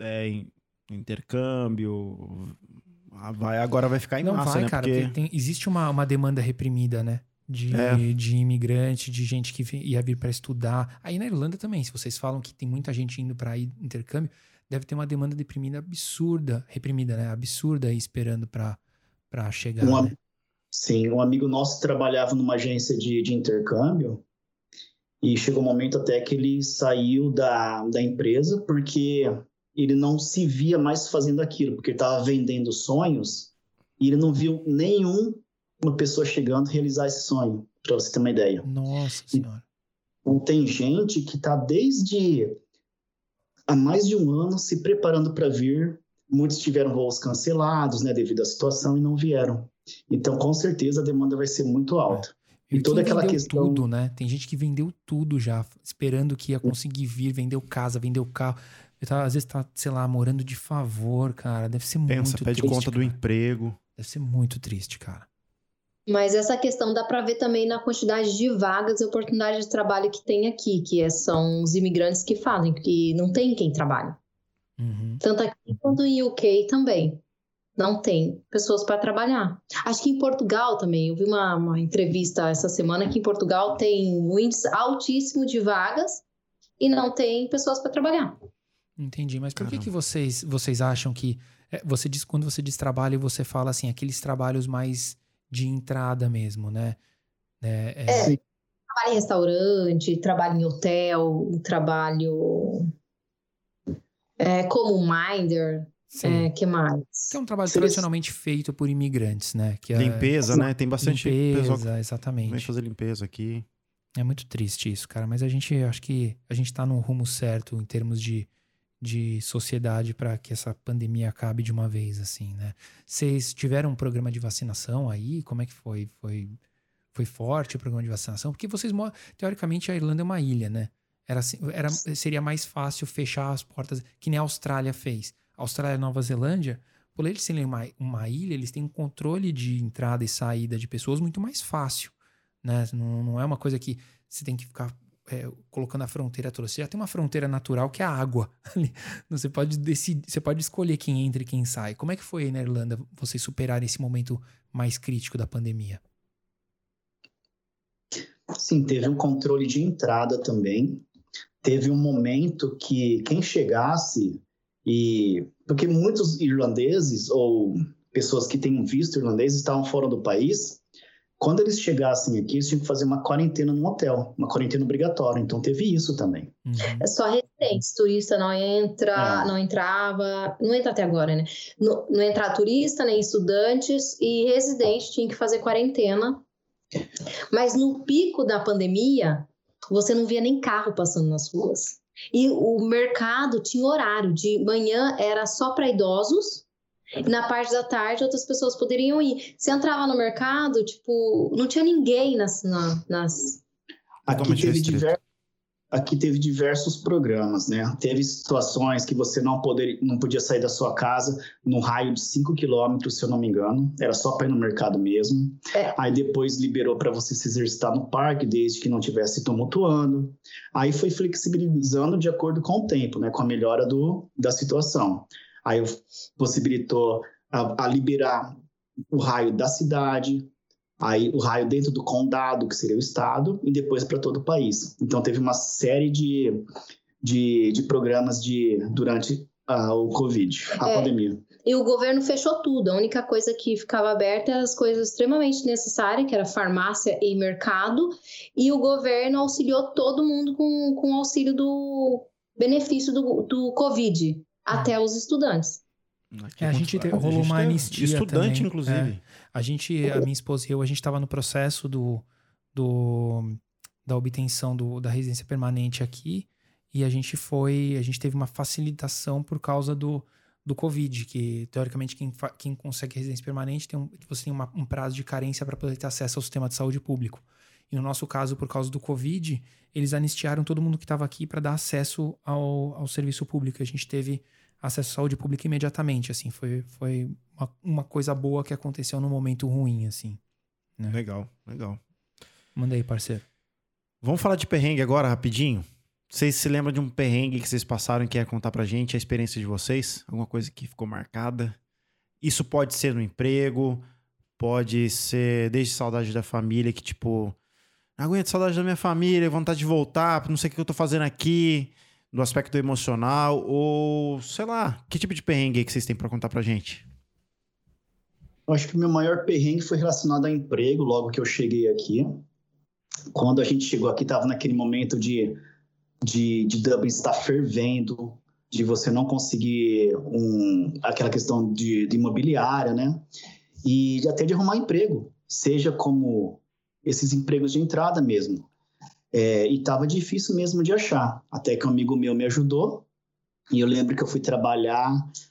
intercâmbio, agora vai ficar em massa, né? Cara, porque existe uma demanda reprimida, né? De imigrante, de gente que ia vir para estudar. Aí na Irlanda também, se vocês falam que tem muita gente indo para intercâmbio, deve ter uma demanda reprimida, né? Absurda aí esperando para chegar. Né? Sim, um amigo nosso trabalhava numa agência de intercâmbio e chegou um momento até que ele saiu da empresa porque ele não se via mais fazendo aquilo, porque ele estava vendendo sonhos e ele não viu uma pessoa chegando a realizar esse sonho, para você ter uma ideia. Nossa Senhora. Então, tem gente que está desde há mais de um ano se preparando para vir. Muitos tiveram voos cancelados, né, devido à situação e não vieram. Então, com certeza, a demanda vai ser muito alta. E toda aquela questão... tudo, né? Tem gente que vendeu tudo já, esperando que ia conseguir vir, vendeu casa, vendeu carro. Às vezes tá, sei lá, morando de favor, cara. Deve ser muito triste. Pede conta do emprego. Deve ser muito triste, cara. Mas essa questão dá para ver também na quantidade de vagas e oportunidades de trabalho que tem aqui, são os imigrantes que fazem, que não tem quem trabalha. Uhum. Tanto aqui quanto em UK também. Não tem pessoas para trabalhar. Acho que em Portugal também, eu vi uma entrevista essa semana que em Portugal tem um índice altíssimo de vagas e não tem pessoas para trabalhar. Entendi, mas por que vocês acham que... quando você diz trabalho, você fala assim, aqueles trabalhos mais de entrada mesmo, né? Trabalho em restaurante, trabalho em hotel, trabalho como minder, que mais? Que é um trabalho tradicionalmente feito por imigrantes, né? Que limpeza, né? Tem bastante limpeza, exatamente. Vem fazer limpeza aqui. É muito triste isso, cara. Mas acho que a gente tá no rumo certo em termos de sociedade para que essa pandemia acabe de uma vez, assim, né? Vocês tiveram um programa de vacinação aí? Como é que foi? Foi forte o programa de vacinação? Porque vocês teoricamente a Irlanda é uma ilha, né? Seria mais fácil fechar as portas, que nem a Austrália fez. A Austrália e a Nova Zelândia, por eles serem uma ilha, eles têm um controle de entrada e saída de pessoas muito mais fácil, né? Não é uma coisa que você tem que ficar colocando a fronteira toda. Você já tem uma fronteira natural que é a água. Você pode decidir, você pode escolher quem entra e quem sai. Como é que foi aí na Irlanda vocês superarem esse momento mais crítico da pandemia? Sim, teve um controle de entrada também. Teve um momento que quem chegasse, porque muitos irlandeses ou pessoas que têm um visto irlandês estavam fora do país. Quando eles chegassem aqui, eles tinham que fazer uma quarentena no hotel, uma quarentena obrigatória. Então teve isso também. É só residentes, turista não entra, não entrava, não entra até agora, né? Não entra turista, nem estudantes, e residentes tinham que fazer quarentena. Mas no pico da pandemia, você não via nem carro passando nas ruas. E o mercado tinha horário, de manhã era só para idosos, e na parte da tarde outras pessoas poderiam ir. Você entrava no mercado, tipo, não tinha ninguém nas... Aqui teve diversos programas, né? Teve situações que você não podia sair da sua casa no raio de 5 quilômetros, se eu não me engano. Era só para ir no mercado mesmo. Aí depois liberou para você se exercitar no parque, desde que não estivesse tumultuando. Aí foi flexibilizando de acordo com o tempo, né? Com a melhora da situação. Aí possibilitou a liberar o raio da cidade, aí o raio dentro do condado, que seria o estado, e depois para todo o país. Então teve uma série de programas durante o Covid, a pandemia. E o governo fechou tudo. A única coisa que ficava aberta eram as coisas extremamente necessárias, que era farmácia e mercado, e o governo auxiliou todo mundo com o auxílio do benefício do Covid. Até os estudantes. A gente rolou uma anistia estudante, também. Inclusive. A minha esposa e eu, a gente estava no processo da obtenção da residência permanente aqui, e a gente teve uma facilitação por causa do Covid, que teoricamente quem consegue residência permanente você tem um prazo de carência para poder ter acesso ao sistema de saúde público. E no nosso caso, por causa do Covid, eles anistiaram todo mundo que estava aqui para dar acesso ao serviço público. A gente teve acesso à saúde pública imediatamente, assim. Foi uma coisa boa que aconteceu num momento ruim, assim. Né? Legal. Manda aí, parceiro. Vamos falar de perrengue agora, rapidinho? Vocês se lembram de um perrengue que vocês passaram e quer contar pra gente, a experiência de vocês? Alguma coisa que ficou marcada? Isso pode ser no emprego, pode ser desde saudade da família, que tipo... Não aguento saudade da minha família, vontade de voltar, não sei o que eu tô fazendo aqui, do aspecto emocional, ou sei lá, que tipo de perrengue aí que vocês têm pra contar pra gente? Eu acho que o meu maior perrengue foi relacionado ao emprego, logo que eu cheguei aqui. Quando a gente chegou aqui, tava naquele momento de Dublin estar fervendo, de você não conseguir aquela questão de imobiliária, né? E até de arrumar emprego, seja como esses empregos de entrada mesmo. E estava difícil mesmo de achar, até que um amigo meu me ajudou, e eu lembro que eu fui trabalhar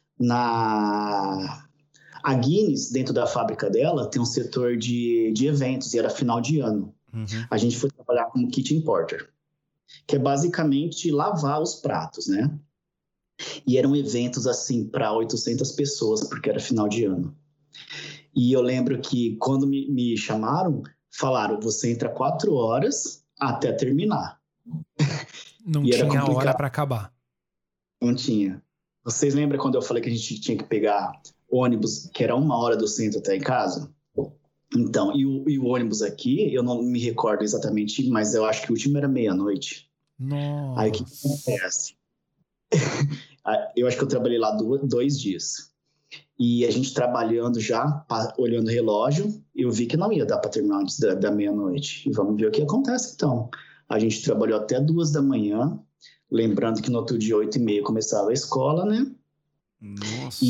a Guinness, dentro da fábrica dela, tem um setor de eventos, e era final de ano. Uhum. A gente foi trabalhar como kitchen porter, que é basicamente lavar os pratos, né? E eram eventos assim para 800 pessoas, porque era final de ano. E eu lembro que quando me chamaram, falaram, você entra 4 horas até terminar. Não tinha hora para acabar. Não tinha. Vocês lembram quando eu falei que a gente tinha que pegar ônibus, que era 1 hora do centro até em casa? Então, e o ônibus aqui, eu não me recordo exatamente, mas eu acho que o último era meia-noite. Nossa. Aí o que acontece? Eu acho que eu trabalhei lá 2 dias. E a gente trabalhando já, olhando o relógio, eu vi que não ia dar para terminar antes da meia-noite. E vamos ver o que acontece então. A gente trabalhou até 2 da manhã, lembrando que no outro dia 8h30 começava a escola, né? Nossa.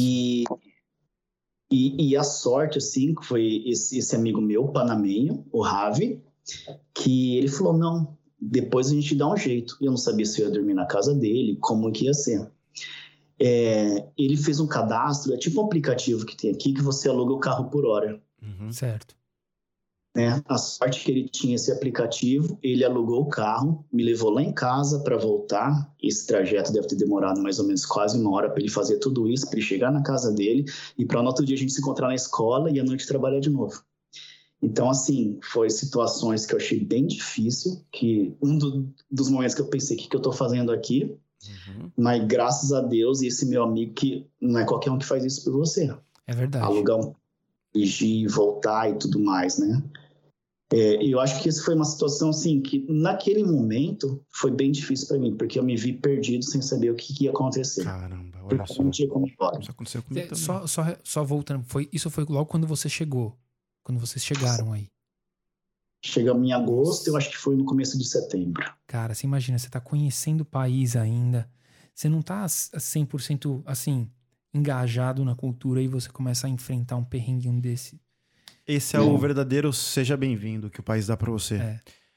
E a sorte, assim, foi esse amigo meu, panamenho, o Ravi, que ele falou, não, depois a gente dá um jeito. Eu não sabia se eu ia dormir na casa dele, como que ia ser. Ele fez um cadastro, é tipo um aplicativo que tem aqui, que você aluga o carro por hora. Uhum. Certo. A sorte que ele tinha esse aplicativo, ele alugou o carro, me levou lá em casa para voltar. Esse trajeto deve ter demorado mais ou menos quase 1 hora para ele fazer tudo isso, para ele chegar na casa dele e para no outro dia a gente se encontrar na escola e à noite trabalhar de novo. Então, assim, foi situações que eu achei bem difícil, que dos momentos que eu pensei, o que eu estou fazendo aqui? Mas graças a Deus, e esse meu amigo, que não é qualquer um que faz isso por você. É verdade. Alugar um dirigir, voltar e tudo mais, né? Eu acho que isso foi uma situação, assim, que naquele momento foi bem difícil para mim, porque eu me vi perdido sem saber o que ia acontecer. Caramba, olha só. Não tinha como ir embora. Isso aconteceu comigo também. Só voltando, isso foi logo quando você chegou, quando vocês chegaram aí. Chegamos em agosto, eu acho que foi no começo de setembro. Cara, você imagina, você tá conhecendo o país ainda, você não tá 100% assim, engajado na cultura e você começa a enfrentar um perrengue desse. Esse é o verdadeiro seja bem-vindo que o país dá pra você.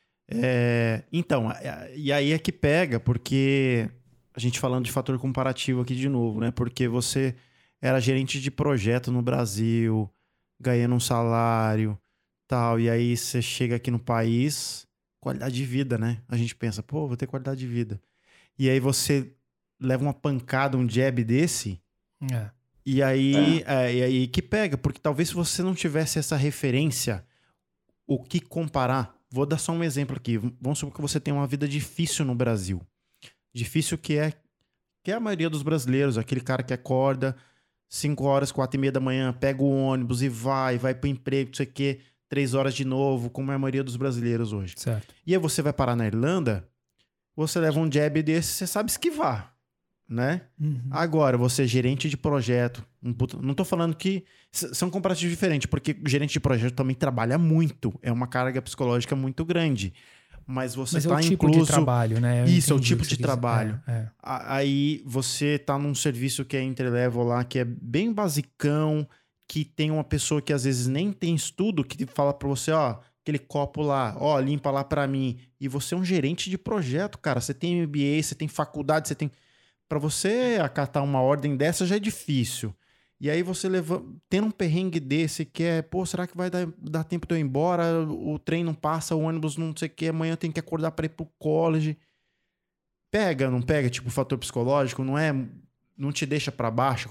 Então, e aí é que pega, porque a gente falando de fator comparativo aqui de novo, né? Porque você era gerente de projeto no Brasil, ganhando um salário, tal, e aí você chega aqui no país, qualidade de vida, né? A gente pensa, pô, vou ter qualidade de vida. E aí você leva uma pancada, um jab desse, e aí que pega, porque talvez se você não tivesse essa referência, o que comparar, vou dar só um exemplo aqui, vamos supor que você tem uma vida difícil no Brasil, difícil que é a maioria dos brasileiros, aquele cara que acorda 5 horas, 4:30 da manhã, pega o ônibus e vai pro emprego, não sei o quê, 3 horas de novo, como é a maioria dos brasileiros hoje. Certo. E aí você vai parar na Irlanda, você leva um jab desse, você sabe esquivar, né? Agora, você é gerente de projeto, não tô falando que são comparativos diferentes, porque o gerente de projeto também trabalha muito, é uma carga psicológica muito grande. Mas você tá é o tipo incluso... de trabalho, né? Isso, é o tipo de trabalho. Aí você tá num serviço que é entry-level lá, que é bem basicão, que tem uma pessoa que às vezes nem tem estudo, que fala pra você, ó, aquele copo lá, ó, limpa lá pra mim. E você é um gerente de projeto, cara. Você tem MBA, você tem faculdade, você tem... Pra você acatar uma ordem dessa já é difícil. E aí você tendo um perrengue desse que é, pô, será que vai dar tempo de eu ir embora? O trem não passa, o ônibus não sei o que, amanhã eu tenho que acordar pra ir pro college. Pega, não pega? Tipo, o fator psicológico, não te deixa pra baixo?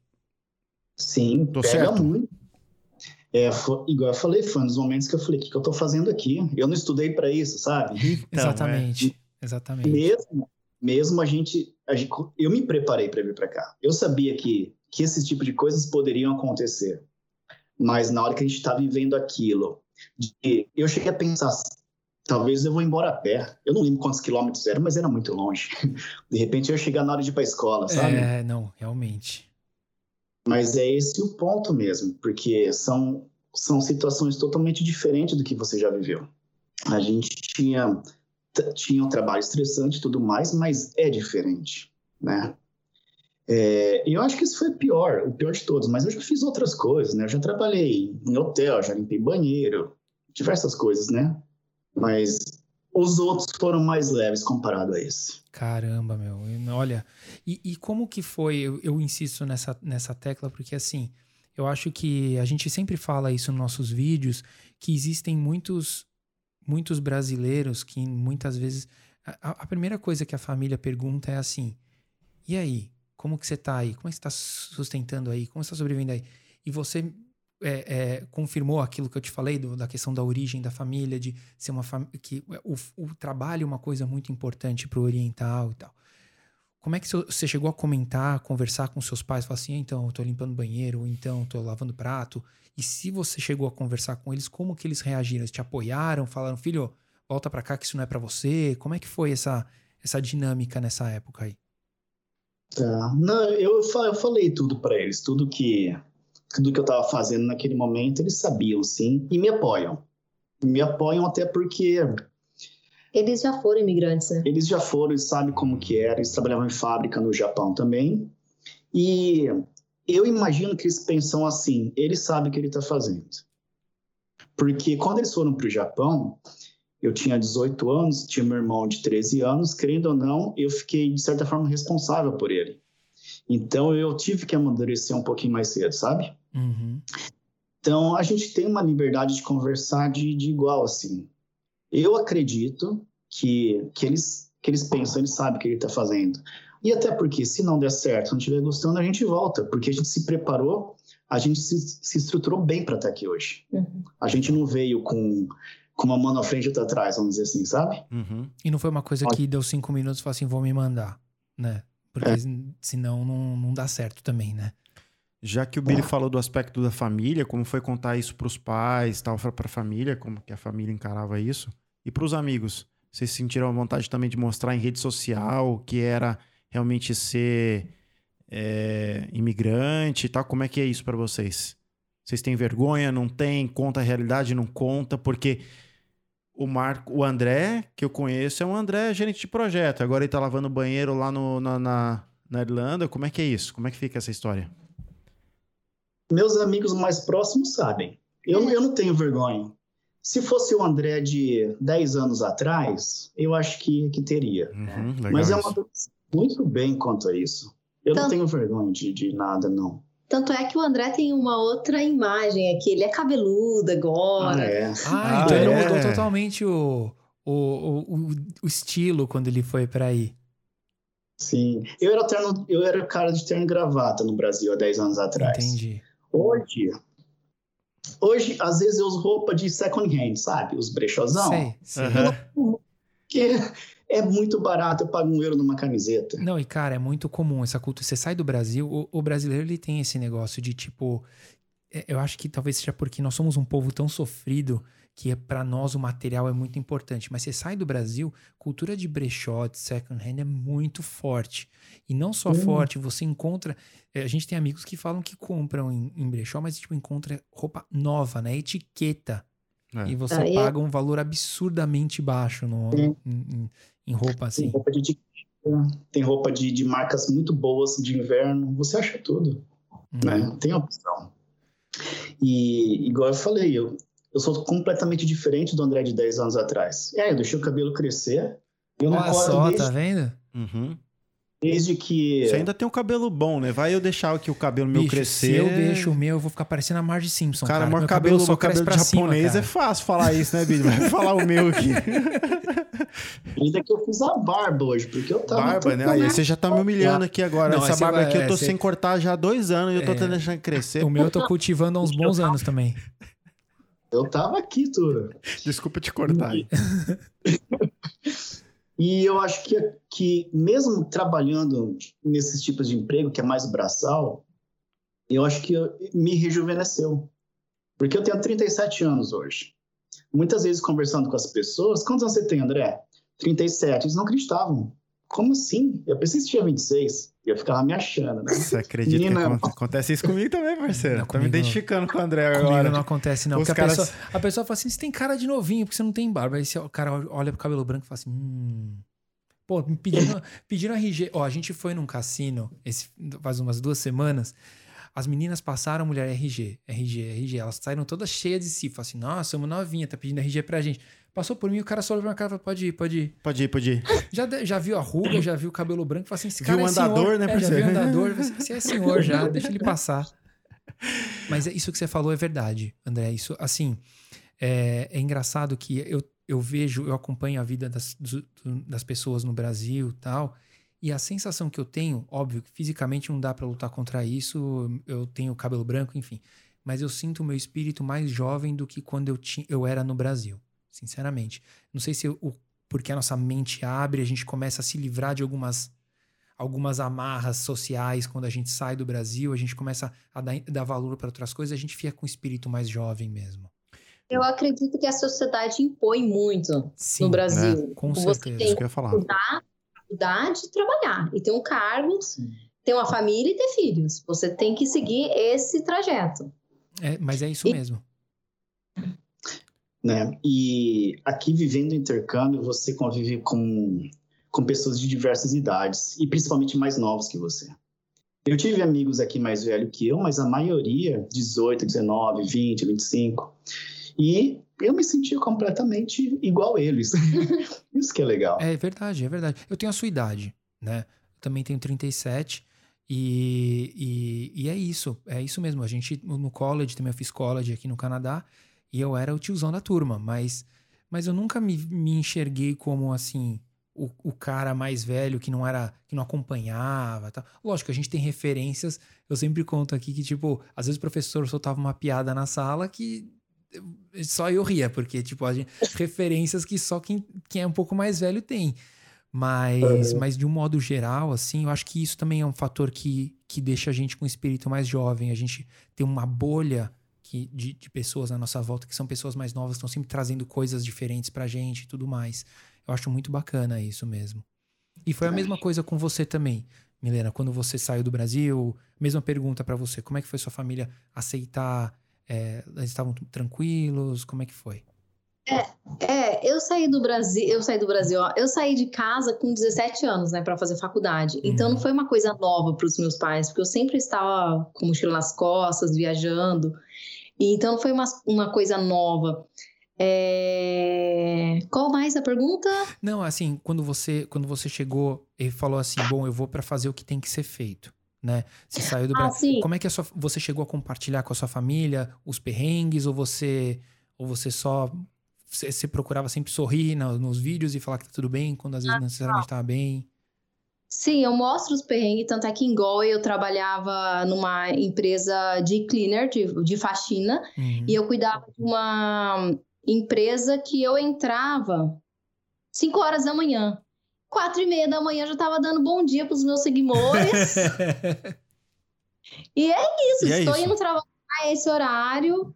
Sim, Tô pega certo? muito. Igual eu falei, foi um dos momentos que eu falei, o que eu tô fazendo aqui? Eu não estudei pra isso, sabe? Então, Exatamente. Mesmo eu me preparei para vir para cá. Eu sabia que esse tipo de coisas poderiam acontecer. Mas na hora que a gente está vivendo aquilo, eu cheguei a pensar, talvez eu vou embora a pé. Eu não lembro quantos quilômetros eram, mas era muito longe. De repente eu ia chegar na hora de ir para a escola, sabe? Não, realmente. Mas é esse o ponto mesmo, porque são situações totalmente diferentes do que você já viveu. A gente tinha um trabalho estressante e tudo mais, mas é diferente, né? Eu acho que isso foi o pior de todos, mas eu já fiz outras coisas, né? Eu já trabalhei em hotel, já limpei banheiro, diversas coisas, né? Mas os outros foram mais leves comparado a esse. Caramba, meu. Olha, e como que foi? Eu insisto nessa tecla, porque assim, eu acho que a gente sempre fala isso nos nossos vídeos, que existem muitos brasileiros que muitas vezes... A primeira coisa que a família pergunta é assim, e aí? Como que você tá aí? Como é que você tá sustentando aí? Como você tá sobrevivendo aí? E você confirmou aquilo que eu te falei da questão da origem da família, de ser uma família que o trabalho é uma coisa muito importante pro oriental e tal. Como é que você chegou a comentar, conversar com seus pais? Falar assim, então, eu tô limpando banheiro, ou então, tô lavando prato. E se você chegou a conversar com eles, como que eles reagiram? Eles te apoiaram? Falaram, filho, volta pra cá que isso não é pra você? Como é que foi essa dinâmica nessa época aí? Não, eu falei tudo para eles, tudo que eu estava fazendo naquele momento, eles sabiam, sim, e me apoiam. Me apoiam até porque... Eles já foram imigrantes, né? Eles já foram, eles sabem como que era, eles trabalhavam em fábrica no Japão também, e eu imagino que eles pensam assim, eles sabem o que ele está fazendo. Porque quando eles foram para o Japão... Eu tinha 18 anos, tinha meu irmão de 13 anos, querendo ou não, eu fiquei, de certa forma, responsável por ele. Então, eu tive que amadurecer um pouquinho mais cedo, sabe? Uhum. Então, a gente tem uma liberdade de conversar de igual, assim. Eu acredito que eles pensam, eles sabem o que ele está fazendo. E até porque, se não der certo, não estiver gostando, a gente volta, porque a gente se preparou, a gente se estruturou bem para estar aqui hoje. A gente não veio com uma mão na frente e outra atrás, vamos dizer assim, sabe? E não foi uma coisa que deu 5 minutos e falou assim, vou me mandar, né? Porque senão não dá certo também, né? Já que o Billy falou do aspecto da família, como foi contar isso pros pais, tal, pra família, como que a família encarava isso? E pros amigos? Vocês sentiram a vontade também de mostrar em rede social o que era realmente ser imigrante e tal? Como é que é isso pra vocês? Vocês têm vergonha? Não tem? Conta a realidade? Não conta? Porque o André, que eu conheço, é um André gerente de projeto. Agora ele tá lavando banheiro lá na Irlanda. Como é que é isso? Como é que fica essa história? Meus amigos mais próximos sabem. Eu não tenho vergonha. Se fosse o André de 10 anos atrás, eu acho que teria. Mas é uma coisa muito bem quanto a isso. Eu não tenho vergonha de nada, não. Tanto é que o André tem uma outra imagem aqui. Ele é cabeludo agora. Então ele mudou totalmente o estilo quando ele foi para aí. Sim. Eu era cara de terno e gravata no Brasil há 10 anos atrás. Entendi. Hoje, às vezes, eu uso roupa de second hand, sabe? Os brechózão. Sei. Que é muito barato, eu pago €1 numa camiseta. Não, e cara, é muito comum essa cultura. Você sai do Brasil, o brasileiro ele tem esse negócio de tipo... Eu acho que talvez seja porque nós somos um povo tão sofrido que para nós o material é muito importante. Mas você sai do Brasil, cultura de brechó, de second hand é muito forte. E não só forte, você encontra... A gente tem amigos que falam que compram em brechó, mas tipo, encontra roupa nova, né? Etiqueta. E você paga um valor absurdamente baixo em roupa assim. Tem roupa de marcas muito boas de inverno. Você acha tudo. Né? Tem opção. E igual eu falei, eu sou completamente diferente do André de 10 anos atrás. Eu deixei o cabelo crescer. Eu não corto tá vendo? Desde que... Você ainda tem um cabelo bom, né? Vai eu deixar aqui o cabelo meu crescer. Se eu deixo o meu, eu vou ficar parecendo a Marge Simpson, cara. Meu cabelo só cresce pra japonês cima, é fácil falar isso, né, Billy? Vai falar o meu aqui. Ainda que eu fiz a barba hoje, porque eu tava... Barba, né? Aí você já tá me humilhando aqui agora. Essa barba aqui eu tô sem cortar já há 2 anos e eu tô deixando crescer. O meu eu tô cultivando há uns bons anos também. Eu tava aqui, Tura. Desculpa te cortar. E eu acho que mesmo trabalhando nesses tipos de emprego, que é mais braçal, eu acho que me rejuvenesceu. Porque eu tenho 37 anos hoje. Muitas vezes conversando com as pessoas, quantos anos você tem, André? 37. Eles não acreditavam. Como assim? Eu pensei que você tinha 26. E eu ficava me achando, né? Você acredita que acontece isso comigo também, parceiro? Tô me identificando com o André agora. Comigo não acontece, não. Porque a pessoa fala assim, você tem cara de novinho, porque você não tem barba. Aí o cara olha pro cabelo branco e fala assim, Pô, pedindo RG. Ó, a gente foi num cassino faz umas 2 semanas. As meninas passaram, mulher, RG. Elas saíram todas cheias de si. Falaram assim, nossa, somos novinha, tá pedindo RG pra gente. Passou por mim, o cara só olhou pra minha cara e falou, pode ir. Pode ir. Já viu a ruga, já viu o cabelo branco. Falou assim, esse cara viu é andador, senhor. né, já viu o andador. Você é senhor já, deixa ele passar. Mas isso que você falou é verdade, André. Isso, assim, é engraçado que eu acompanho a vida das pessoas no Brasil e tal, e a sensação que eu tenho, óbvio que fisicamente não dá pra lutar contra isso, eu tenho cabelo branco, enfim, mas eu sinto o meu espírito mais jovem do que quando eu era no Brasil, sinceramente. Não sei se porque a nossa mente abre, a gente começa a se livrar de algumas amarras sociais quando a gente sai do Brasil, a gente começa a dar valor para outras coisas, a gente fica com o espírito mais jovem mesmo. Eu acredito que a sociedade impõe muito no Brasil. Com você certeza. Tem isso que eu ia falar. Faculdade de trabalhar e ter um cargo, ter uma família e ter filhos. Você tem que seguir esse trajeto. Mas é isso mesmo. Né? E aqui, vivendo o intercâmbio, você convive com pessoas de diversas idades e principalmente mais novos que você. Eu tive amigos aqui mais velhos que eu, mas a maioria 18, 19, 20, 25. E eu me sentia completamente igual a eles. Isso que é legal. É verdade. Eu tenho a sua idade, né? Eu também tenho 37 e é isso mesmo. A gente, no college, também eu fiz college aqui no Canadá e eu era o tiozão da turma, mas eu nunca me enxerguei como, assim, o cara mais velho que não acompanhava, tal. Lógico, a gente tem referências. Eu sempre conto aqui que, tipo, às vezes o professor soltava uma piada na sala que só eu ria, porque, tipo, referências que só quem é um pouco mais velho tem. Mas de um modo geral, assim, eu acho que isso também é um fator que deixa a gente com um espírito mais jovem. A gente tem uma bolha de pessoas na nossa volta que são pessoas mais novas, que estão sempre trazendo coisas diferentes pra gente e tudo mais. Eu acho muito bacana isso mesmo. E foi a mesma coisa com você também, Milena, quando você saiu do Brasil. Mesma pergunta pra você. Como é que foi sua família aceitar? Eles estavam tranquilos? Como é que foi? Eu saí do Brasil, ó, eu saí de casa com 17 anos, né, para fazer faculdade. Então não foi uma coisa nova para os meus pais, porque eu sempre estava com mochila nas costas, viajando. E então não foi uma coisa nova. Qual mais a pergunta? Não, assim, quando você chegou e falou assim, bom, eu vou para fazer o que tem que ser feito, né? Você saiu do Brasil. Sim. Como é que você chegou a compartilhar com a sua família os perrengues, ou você só você procurava sempre sorrir nos vídeos e falar que tá tudo bem, quando às vezes não necessariamente estava bem? Sim, eu mostro os perrengues, tanto é que em Galway eu trabalhava numa empresa de cleaner, de faxina, e eu cuidava de uma empresa que eu entrava 5 horas da manhã. 4:30 da manhã eu já estava dando bom dia para os meus seguidores. E é isso, estou indo trabalhar a esse horário.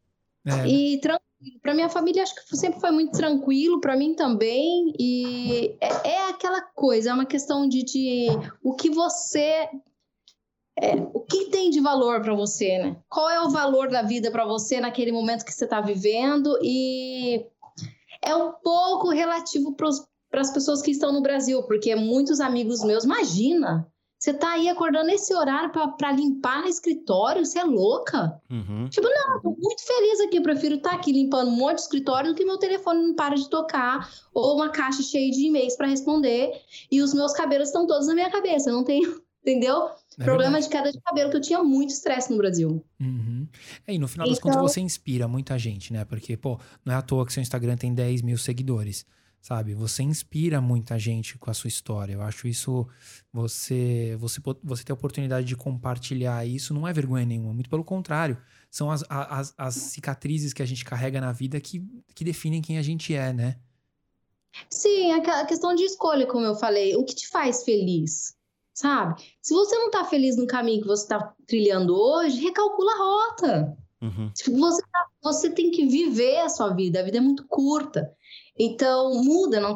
E tranquilo. Para minha família, acho que sempre foi muito tranquilo, para mim também. E é aquela coisa, é uma questão de o que você. O que tem de valor para você, né? Qual é o valor da vida para você naquele momento que você está vivendo? E é um pouco relativo para as pessoas que estão no Brasil, porque muitos amigos meus, imagina. Você tá aí acordando nesse horário pra limpar no escritório? Você é louca? Tipo, não, tô muito feliz aqui. Eu prefiro estar aqui limpando um monte de escritório do que meu telefone não para de tocar ou uma caixa cheia de e-mails para responder e os meus cabelos estão todos na minha cabeça. Eu não tenho, entendeu? Problema de queda de cabelo, que eu tinha muito estresse no Brasil. E no final das contas você inspira muita gente, né? Porque, pô, não é à toa que seu Instagram tem 10 mil seguidores. Sabe, você inspira muita gente com a sua história. Eu acho isso, você ter a oportunidade de compartilhar isso não é vergonha nenhuma, muito pelo contrário. São as cicatrizes que a gente carrega na vida que definem quem a gente é, né? Sim, a questão de escolha, como eu falei, o que te faz feliz, sabe? Se você não tá feliz no caminho que você tá trilhando hoje, recalcula a rota. Você tem que viver a sua vida é muito curta. Então, muda, não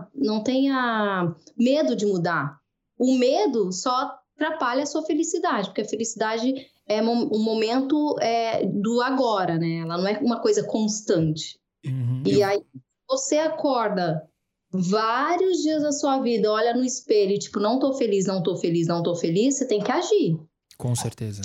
tenha medo de mudar. O medo só atrapalha a sua felicidade, porque a felicidade é um momento do agora, né? Ela não é uma coisa constante. E aí, você acorda vários dias da sua vida, olha no espelho e tipo, não tô feliz, não tô feliz, não tô feliz, você tem que agir. Com certeza.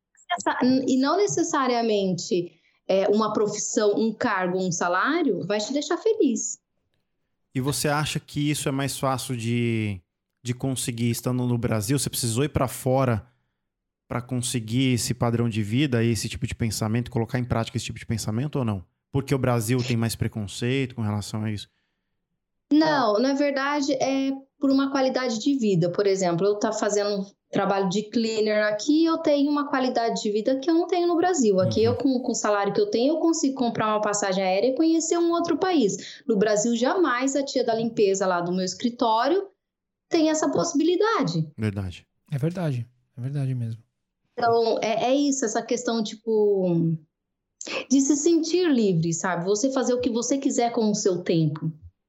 E não necessariamente... uma profissão, um cargo, um salário, vai te deixar feliz. E você acha que isso é mais fácil de conseguir estando no Brasil? Você precisou ir para fora para conseguir esse padrão de vida, esse tipo de pensamento, colocar em prática esse tipo de pensamento ou não? Porque o Brasil tem mais preconceito com relação a isso? Não, na verdade é por uma qualidade de vida. Por exemplo, eu estou fazendo trabalho de cleaner aqui, eu tenho uma qualidade de vida que eu não tenho no Brasil. Aqui eu, com o salário que eu tenho, eu consigo comprar uma passagem aérea e conhecer um outro país. No Brasil, jamais a tia da limpeza lá do meu escritório tem essa possibilidade. Verdade. É verdade mesmo. Então, é isso, essa questão, tipo, de se sentir livre, sabe? Você fazer o que você quiser com o seu tempo.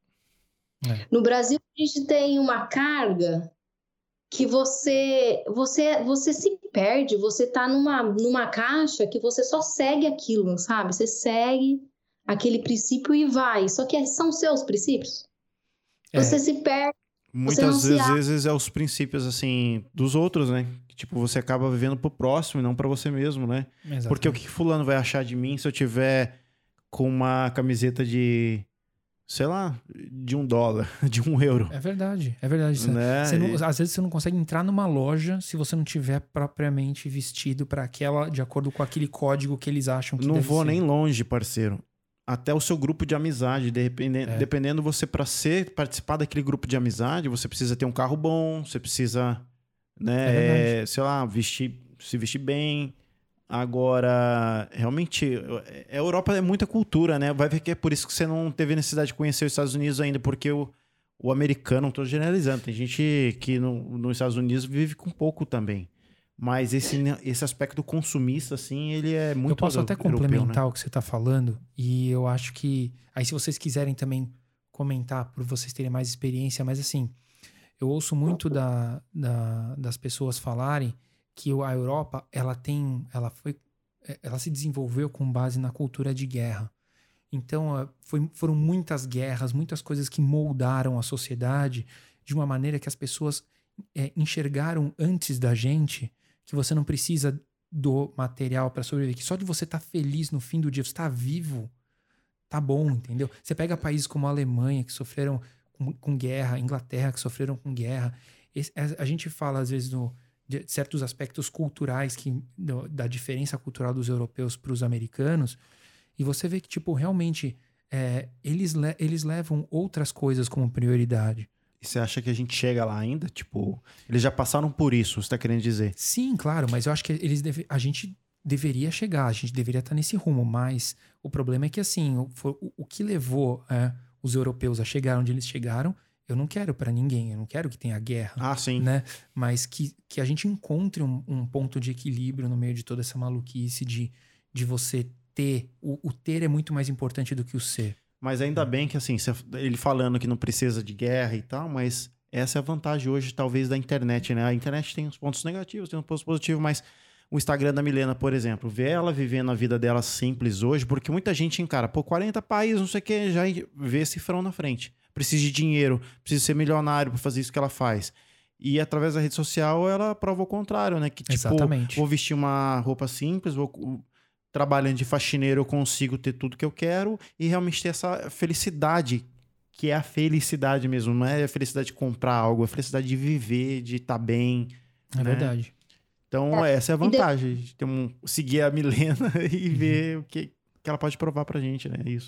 No Brasil, a gente tem uma carga que você se perde, você tá numa caixa que você só segue aquilo, sabe? Você segue aquele princípio e vai. Só que são seus princípios. Você se perde. Muitas vezes é os princípios, assim, dos outros, né? Que, tipo, você acaba vivendo pro próximo e não pra você mesmo, né? Exatamente. Porque o que fulano vai achar de mim se eu tiver com uma camiseta de... sei lá, de $1, de €1. É verdade. Né? Às vezes você não consegue entrar numa loja se você não tiver propriamente vestido para aquela, de acordo com aquele código que eles acham que não deve vou ser. nem longe, parceiro. até o seu grupo de amizade. Dependendo você, para participar daquele grupo de amizade, você precisa ter um carro bom, você precisa, né, sei lá, se vestir bem. Agora, realmente, a Europa é muita cultura, né? Vai ver que é por isso que você não teve necessidade de conhecer os Estados Unidos ainda, porque o americano, não estou generalizando, tem gente que nos Estados Unidos vive com pouco também. Mas esse aspecto consumista, assim, ele é muito. Eu posso até complementar europeu, né? o que você está falando, e eu acho que. Aí, se vocês quiserem também comentar, por vocês terem mais experiência, mas assim, eu ouço muito das pessoas falarem que a Europa, ela se desenvolveu com base na cultura de guerra. Então, foram muitas guerras, muitas coisas que moldaram a sociedade de uma maneira que as pessoas enxergaram antes da gente que você não precisa do material para sobreviver, que só de você estar feliz no fim do dia, você estar vivo, tá bom, entendeu? Você pega países como a Alemanha, que sofreram com guerra, Inglaterra, que sofreram com guerra. A gente fala, às vezes, de certos aspectos culturais da diferença cultural dos europeus para os americanos, e você vê que, tipo, realmente eles levam outras coisas como prioridade. E você acha que a gente chega lá ainda? Tipo, eles já passaram por isso, você tá querendo dizer? Sim, claro, mas eu acho que a gente deveria chegar, a gente deveria estar nesse rumo, mas o problema é que, assim, o que levou os europeus a chegar onde eles chegaram, eu não quero para ninguém, eu não quero que tenha guerra. Ah, sim. Né? Mas que a gente encontre um ponto de equilíbrio no meio de toda essa maluquice de você ter. O ter é muito mais importante do que o ser. Mas ainda bem que, assim, ele falando que não precisa de guerra e tal, mas essa é a vantagem hoje, talvez, da internet, né? A internet tem uns pontos negativos, tem uns pontos positivos, mas o Instagram da Milena, por exemplo, ver ela vivendo a vida dela simples hoje, porque muita gente encara, 40 países, não sei o que, já vê cifrão na frente. Precisa de dinheiro, precisa ser milionário para fazer isso que ela faz. E através da rede social, ela prova o contrário, né? Que, tipo, exatamente. Vou vestir uma roupa simples, trabalhando de faxineiro, eu consigo ter tudo que eu quero e realmente ter essa felicidade, que é a felicidade mesmo. Não é a felicidade de comprar algo, é a felicidade de viver, de estar bem. É, né? Verdade. Então, essa é a vantagem de seguir a Milena e ver o que ela pode provar pra gente, né? Isso.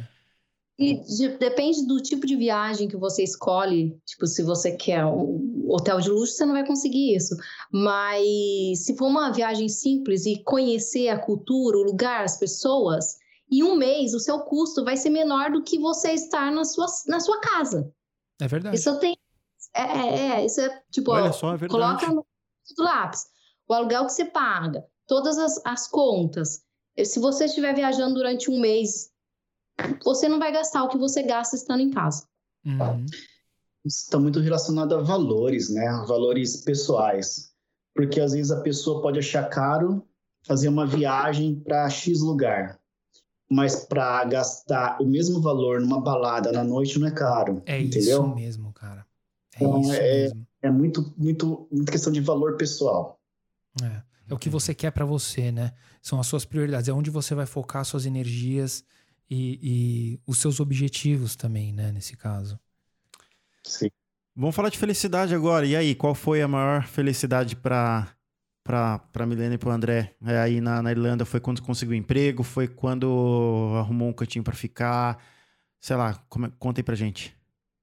E depende do tipo de viagem que você escolhe. Tipo, se você quer um hotel de luxo, você não vai conseguir isso. Mas se for uma viagem simples e conhecer a cultura, o lugar, as pessoas, em um mês o seu custo vai ser menor do que você estar na sua casa. É verdade. Isso tem. Isso é tipo, olha só, é verdade. Coloca no lápis o aluguel que você paga, todas as contas. Se você estiver viajando durante um mês, você não vai gastar o que você gasta estando em casa. Uhum. Isso está muito relacionado a valores, né? Valores pessoais. Porque às vezes a pessoa pode achar caro fazer uma viagem para X lugar. Mas para gastar o mesmo valor numa balada na noite não é caro. Entendeu? Isso mesmo, cara. Então, isso mesmo. É muito questão de valor pessoal. É o que você quer para você, né? São as suas prioridades. É onde você vai focar suas energias e os seus objetivos também, né? Nesse caso. Sim. Vamos falar de felicidade agora. E aí, qual foi a maior felicidade pra Milena e pro André? Aí na Irlanda, foi quando conseguiu emprego? Foi quando arrumou um cantinho pra ficar? Sei lá, conta aí pra gente.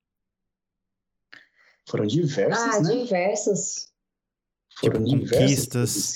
Foram diversas, né? Diversas. Foram tipo, conquistas.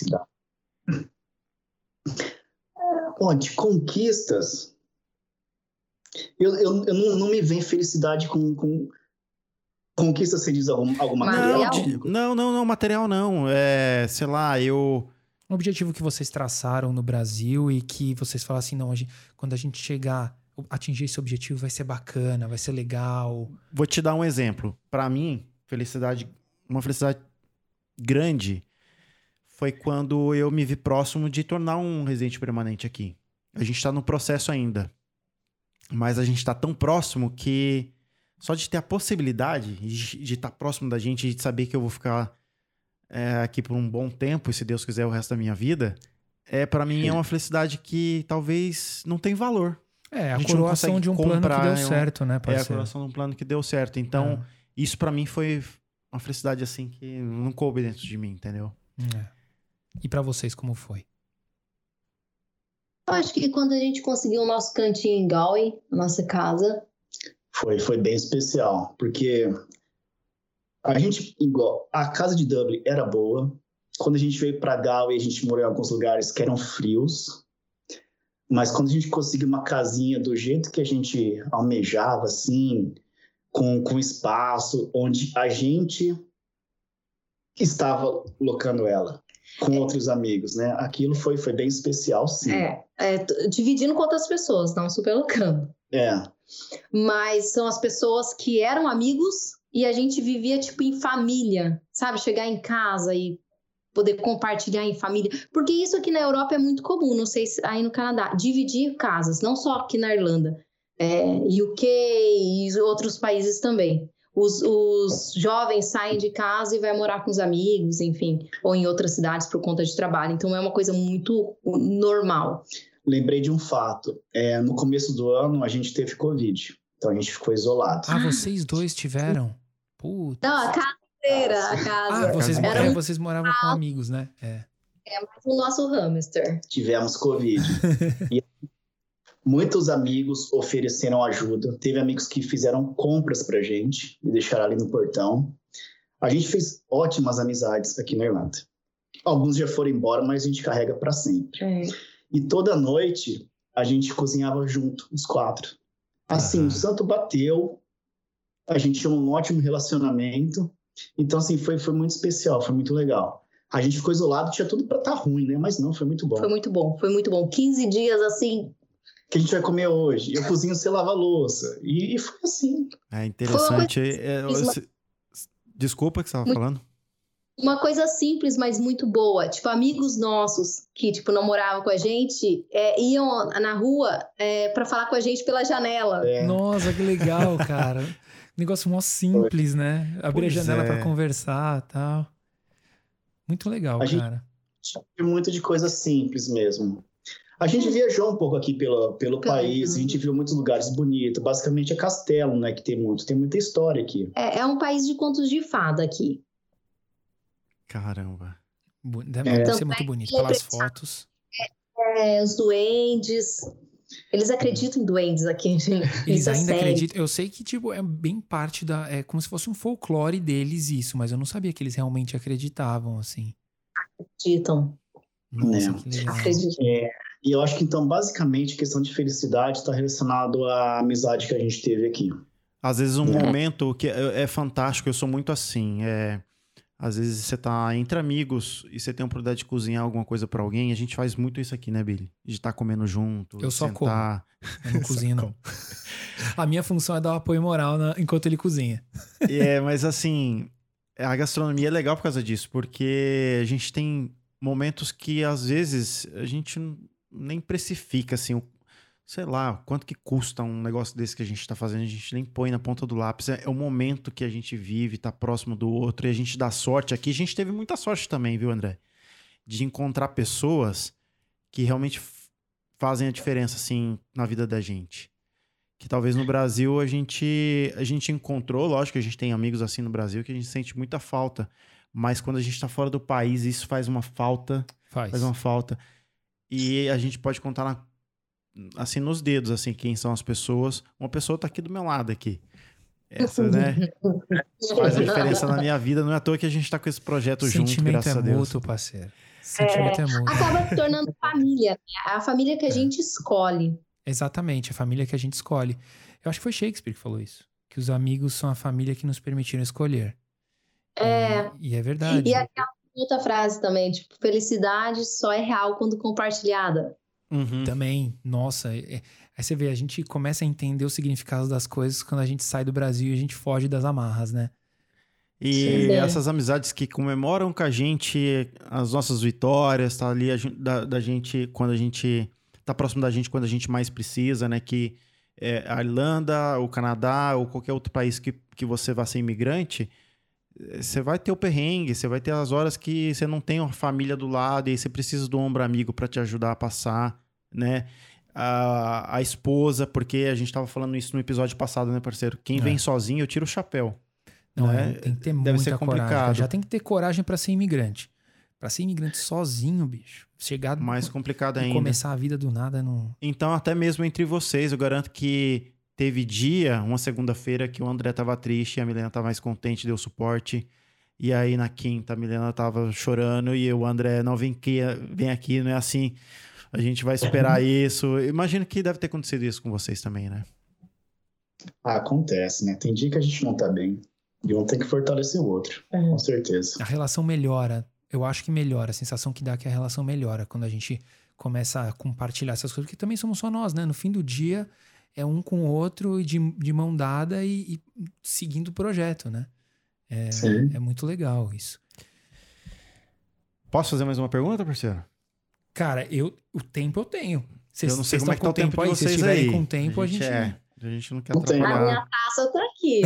Bom, de conquistas, eu não me vem felicidade com conquista, você diz alguma material? Não, material não. Sei lá, Um objetivo que vocês traçaram no Brasil e que vocês falam assim, não, quando a gente chegar, atingir esse objetivo vai ser bacana, vai ser legal. Vou te dar um exemplo. Pra mim, uma felicidade grande foi quando eu me vi próximo de tornar um residente permanente aqui. A gente tá no processo ainda, mas a gente tá tão próximo que só de ter a possibilidade de estar próximo da gente, de saber que eu vou ficar aqui por um bom tempo, e se Deus quiser o resto da minha vida, pra mim é uma felicidade que talvez não tem valor. A coroação de um plano que deu certo, né, parceiro? A coroação de um plano que deu certo. Então, isso pra mim foi uma felicidade assim que não coube dentro de mim, entendeu? E pra vocês, como foi? Eu acho que quando a gente conseguiu o nosso cantinho em Galway, a nossa casa... Foi bem especial, porque a casa de Dublin era boa. Quando a gente veio para Galway, a gente morou em alguns lugares que eram frios. Mas quando a gente conseguiu uma casinha do jeito que a gente almejava, assim, com espaço, onde a gente estava locando ela, com outros amigos, né? Aquilo foi bem especial, sim. Dividindo com outras pessoas, não superlocando. Mas são as pessoas que eram amigos e a gente vivia, tipo, em família, sabe? Chegar em casa e poder compartilhar em família. Porque isso aqui na Europa é muito comum, não sei se aí no Canadá, dividir casas, não só aqui na Irlanda, UK e outros países também. Os jovens saem de casa e vai morar com os amigos, enfim, ou em outras cidades por conta de trabalho. Então é uma coisa muito normal. Lembrei de um fato. No começo do ano a gente teve Covid, então a gente ficou isolado. Vocês dois tiveram? Putz. Não, a casa inteira, a casa. Vocês moravam com amigos, né? Mas o nosso hamster. Tivemos Covid. E muitos amigos ofereceram ajuda. Teve amigos que fizeram compras pra gente e deixaram ali no portão. A gente fez ótimas amizades aqui na Irlanda. Alguns já foram embora, mas a gente carrega para sempre. E toda noite a gente cozinhava junto, os 4. Assim, o santo bateu, a gente tinha um ótimo relacionamento. Então, assim, foi muito especial, foi muito legal. A gente ficou isolado, tinha tudo para estar ruim, né? Mas não, foi muito bom. Foi muito bom. 15 dias, assim... O que a gente vai comer hoje? Eu cozinho, você lava a louça. E foi assim. É interessante. Desculpa que você estava falando. Uma coisa simples, mas muito boa. Tipo, amigos nossos que, tipo, não moravam com a gente, iam na rua para falar com a gente pela janela. Nossa, que legal, cara. Negócio mó simples, né? Abrir a janela para conversar e tal. Muito legal, cara. Gente, muito de coisa simples mesmo. A gente viajou um pouco aqui pelo país, a gente viu muitos lugares bonitos. Basicamente é castelo, né? Que tem muita história aqui. É um país de contos de fada aqui. Caramba. Deve ser muito bonito pelas fotos. Os duendes. Eles acreditam em duendes aqui. Eles ainda acreditam. Eu sei que, tipo, é bem parte da... É como se fosse um folclore deles isso, mas eu não sabia que eles realmente acreditavam, assim. Acreditam. Nossa, que legal. E eu acho que, então, basicamente, a questão de felicidade está relacionado à amizade que a gente teve aqui. Às vezes um momento que é fantástico, eu sou muito assim, às vezes você tá entre amigos e você tem a oportunidade de cozinhar alguma coisa pra alguém, a gente faz muito isso aqui, né, Billy? De estar comendo junto, eu só sentar... como, eu não cozinho não. A minha função é dar um apoio moral enquanto ele cozinha. Mas assim, a gastronomia é legal por causa disso, porque a gente tem momentos que às vezes a gente nem precifica, assim, sei lá, quanto que custa um negócio desse que a gente tá fazendo, a gente nem põe na ponta do lápis. É o momento que a gente vive, tá próximo do outro, e a gente dá sorte aqui. A gente teve muita sorte também, viu, André? De encontrar pessoas que realmente fazem a diferença, assim, na vida da gente. Que talvez no Brasil a gente encontrou, lógico que a gente tem amigos assim no Brasil que a gente sente muita falta, mas quando a gente tá fora do país, isso faz uma falta. Faz uma falta. E a gente pode contar assim, nos dedos, assim, quem são as pessoas. Uma pessoa tá aqui do meu lado aqui. Essa, né? Faz a diferença na minha vida. Não é à toa que a gente tá com esse projeto junto, graças a Deus. Mútuo, parceiro. Sentimento é mútuo. Acaba se tornando família, né? A família que a gente escolhe. Exatamente, a família que a gente escolhe. Eu acho que foi Shakespeare que falou isso. Que os amigos são a família que nos permitiram escolher. E é verdade. E aquela outra frase também, tipo, felicidade só é real quando compartilhada. Também, nossa, aí você vê, a gente começa a entender o significado das coisas quando a gente sai do Brasil e a gente foge das amarras, né? E essas amizades que comemoram com a gente as nossas vitórias, tá ali da gente, quando a gente tá próximo da gente, quando a gente mais precisa, né? Que a Irlanda, o Canadá ou qualquer outro país que você vá ser imigrante, você vai ter o perrengue, você vai ter as horas que você não tem uma família do lado e aí você precisa do ombro amigo para te ajudar a passar, né? A esposa, porque a gente tava falando isso no episódio passado, né, parceiro? Quem vem sozinho, eu tiro o chapéu. Não, né? tem que ter Deve muita ser complicado. coragem. Já tem que ter coragem para ser imigrante. Para ser imigrante sozinho, bicho, chegar mais complicado e ainda. começar a vida do nada não. Então, até mesmo entre vocês, eu garanto que teve dia, uma segunda-feira, que o André tava triste e a Milena tava mais contente, deu suporte. E aí, na quinta, a Milena tava chorando e o André, não, vem aqui, não é assim. A gente vai esperar isso. Imagino que deve ter acontecido isso com vocês também, né? Acontece, né? Tem dia que a gente não tá bem. E um tem que fortalecer o outro, com certeza. A relação melhora. Eu acho que melhora. A sensação que dá é que a relação melhora quando a gente começa a compartilhar essas coisas. Porque também somos só nós, né? No fim do dia, é um com o outro, de mão dada e seguindo o projeto, né? É muito legal isso. Posso fazer mais uma pergunta, parceiro? Cara, o tempo eu tenho. Eu não sei como é que tá o tempo de vocês se aí. Com tempo, a gente não quer Não tem. A atrapalhar. minha taça tá aqui,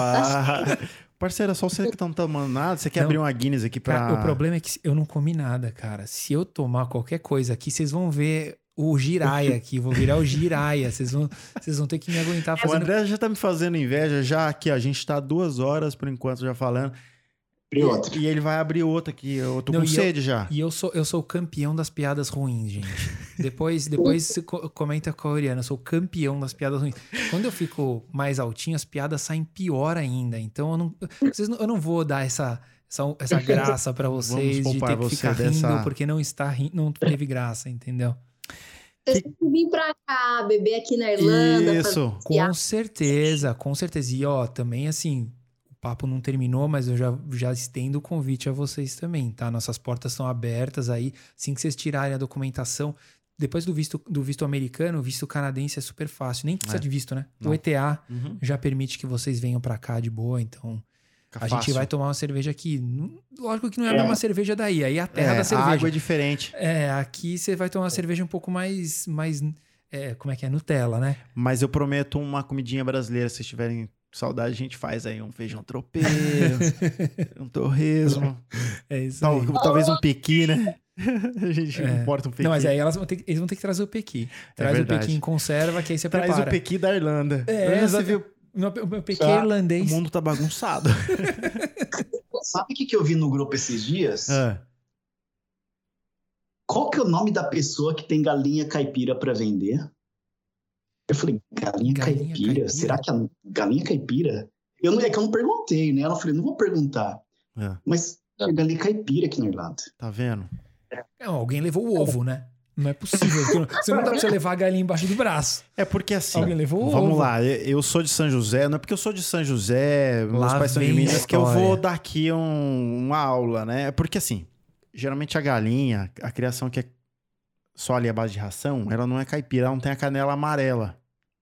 ó. Parceiro, é só você que tá não tomando nada. Você quer abrir uma Guinness aqui pra... Cara, o problema é que eu não comi nada, cara. Se eu tomar qualquer coisa aqui, vocês vão ver o giraia aqui. Vou virar o giraia. Vocês vão ter que me aguentar O fazendo... André já tá me fazendo inveja. Já aqui, ó, a gente tá 2 horas por enquanto já falando. E ele vai abrir outra aqui. Eu tô com sede já. E eu sou o campeão das piadas ruins, gente. Depois você comenta com a Oriana. Eu sou o campeão das piadas ruins. Quando eu fico mais altinho, as piadas saem pior ainda. Então eu não vou dar essa graça pra vocês de ter que ficar rindo porque não teve graça, entendeu? Vocês têm que vir pra cá, beber aqui na Irlanda. Isso. Com certeza. E ó, também assim... O papo não terminou, mas eu já estendo o convite a vocês também, tá? Nossas portas estão abertas aí. Assim que vocês tirarem a documentação, depois do visto americano, o visto canadense é super fácil. Nem precisa de visto, né? Não. O ETA já permite que vocês venham pra cá de boa, então... A gente vai tomar uma cerveja aqui. Lógico que não é a mesma cerveja daí. Aí é a terra da cerveja. A água é diferente. Aqui você vai tomar uma cerveja um pouco mais como é que é? Nutella, né? Mas eu prometo uma comidinha brasileira. Se vocês tiverem saudade, a gente faz aí um feijão tropeiro, um torresmo. É isso aí. Talvez um pequi, né? A gente importa um pequi. Não, mas aí eles vão ter que trazer o pequi. Traz o pequi em conserva, que aí você prepara. Traz o pequi da Irlanda. Você viu? O meu pequi é irlandês. O mundo tá bagunçado. Sabe o que eu vi no grupo esses dias? Qual que é o nome da pessoa que tem galinha caipira para vender? Eu falei, galinha caipira? Será que é galinha caipira? É que eu não perguntei, né? Eu falei, não vou perguntar. Mas é galinha caipira aqui na Irlanda. Tá vendo? Não, alguém levou o ovo, né? Não é possível. Você não dá pra você levar a galinha embaixo do braço. É porque assim... Alguém levou o ovo. Vamos lá, eu sou de São José. Não é porque eu sou de São José, meus pais são de Minas, que eu vou dar aqui uma aula, né? É porque assim, geralmente a galinha, a criação que é só ali a base de ração, ela não é caipira, ela não tem a canela amarela.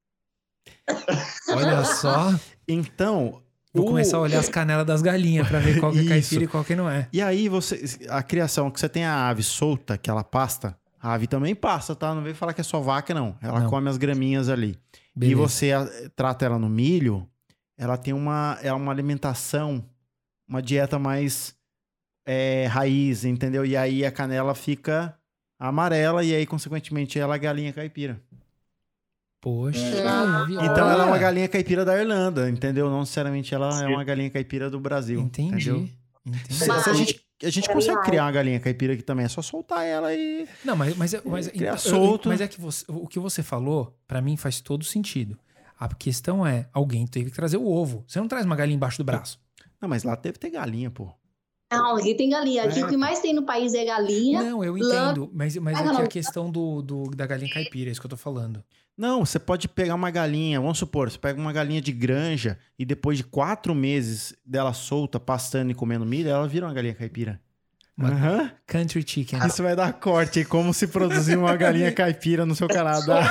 Olha só. Então... Vou começar a olhar as canelas das galinhas pra ver qual que é caipira e qual que não é. E aí, a criação, que você tem a ave solta, que ela pasta, a ave também pasta, tá? Não vem falar que é só vaca, não. Ela come as graminhas ali. Beleza. E você trata ela no milho, ela tem uma alimentação, uma dieta mais raiz, entendeu? E aí a canela fica amarela e aí, consequentemente, ela é galinha caipira. Poxa. Então ela é uma galinha caipira da Irlanda, entendeu? Não necessariamente ela é uma galinha caipira do Brasil. Entendi. A gente consegue criar uma galinha caipira aqui também, é só soltar ela e... Não, mas é que o que você falou, pra mim, faz todo sentido. A questão é, alguém teve que trazer o ovo. Você não traz uma galinha embaixo do braço. Não, mas lá deve ter galinha, pô. Não, aqui tem galinha. Aqui o que mais tem no país é galinha. Não, eu entendo. Mas aqui a questão da galinha caipira, é isso que eu tô falando. Não, você pode pegar uma galinha, vamos supor, você pega uma galinha de granja e depois de 4 meses dela solta, pastando e comendo milho, ela vira uma galinha caipira. Country chicken. Isso vai dar corte, como se produzir uma galinha caipira no seu Canadá.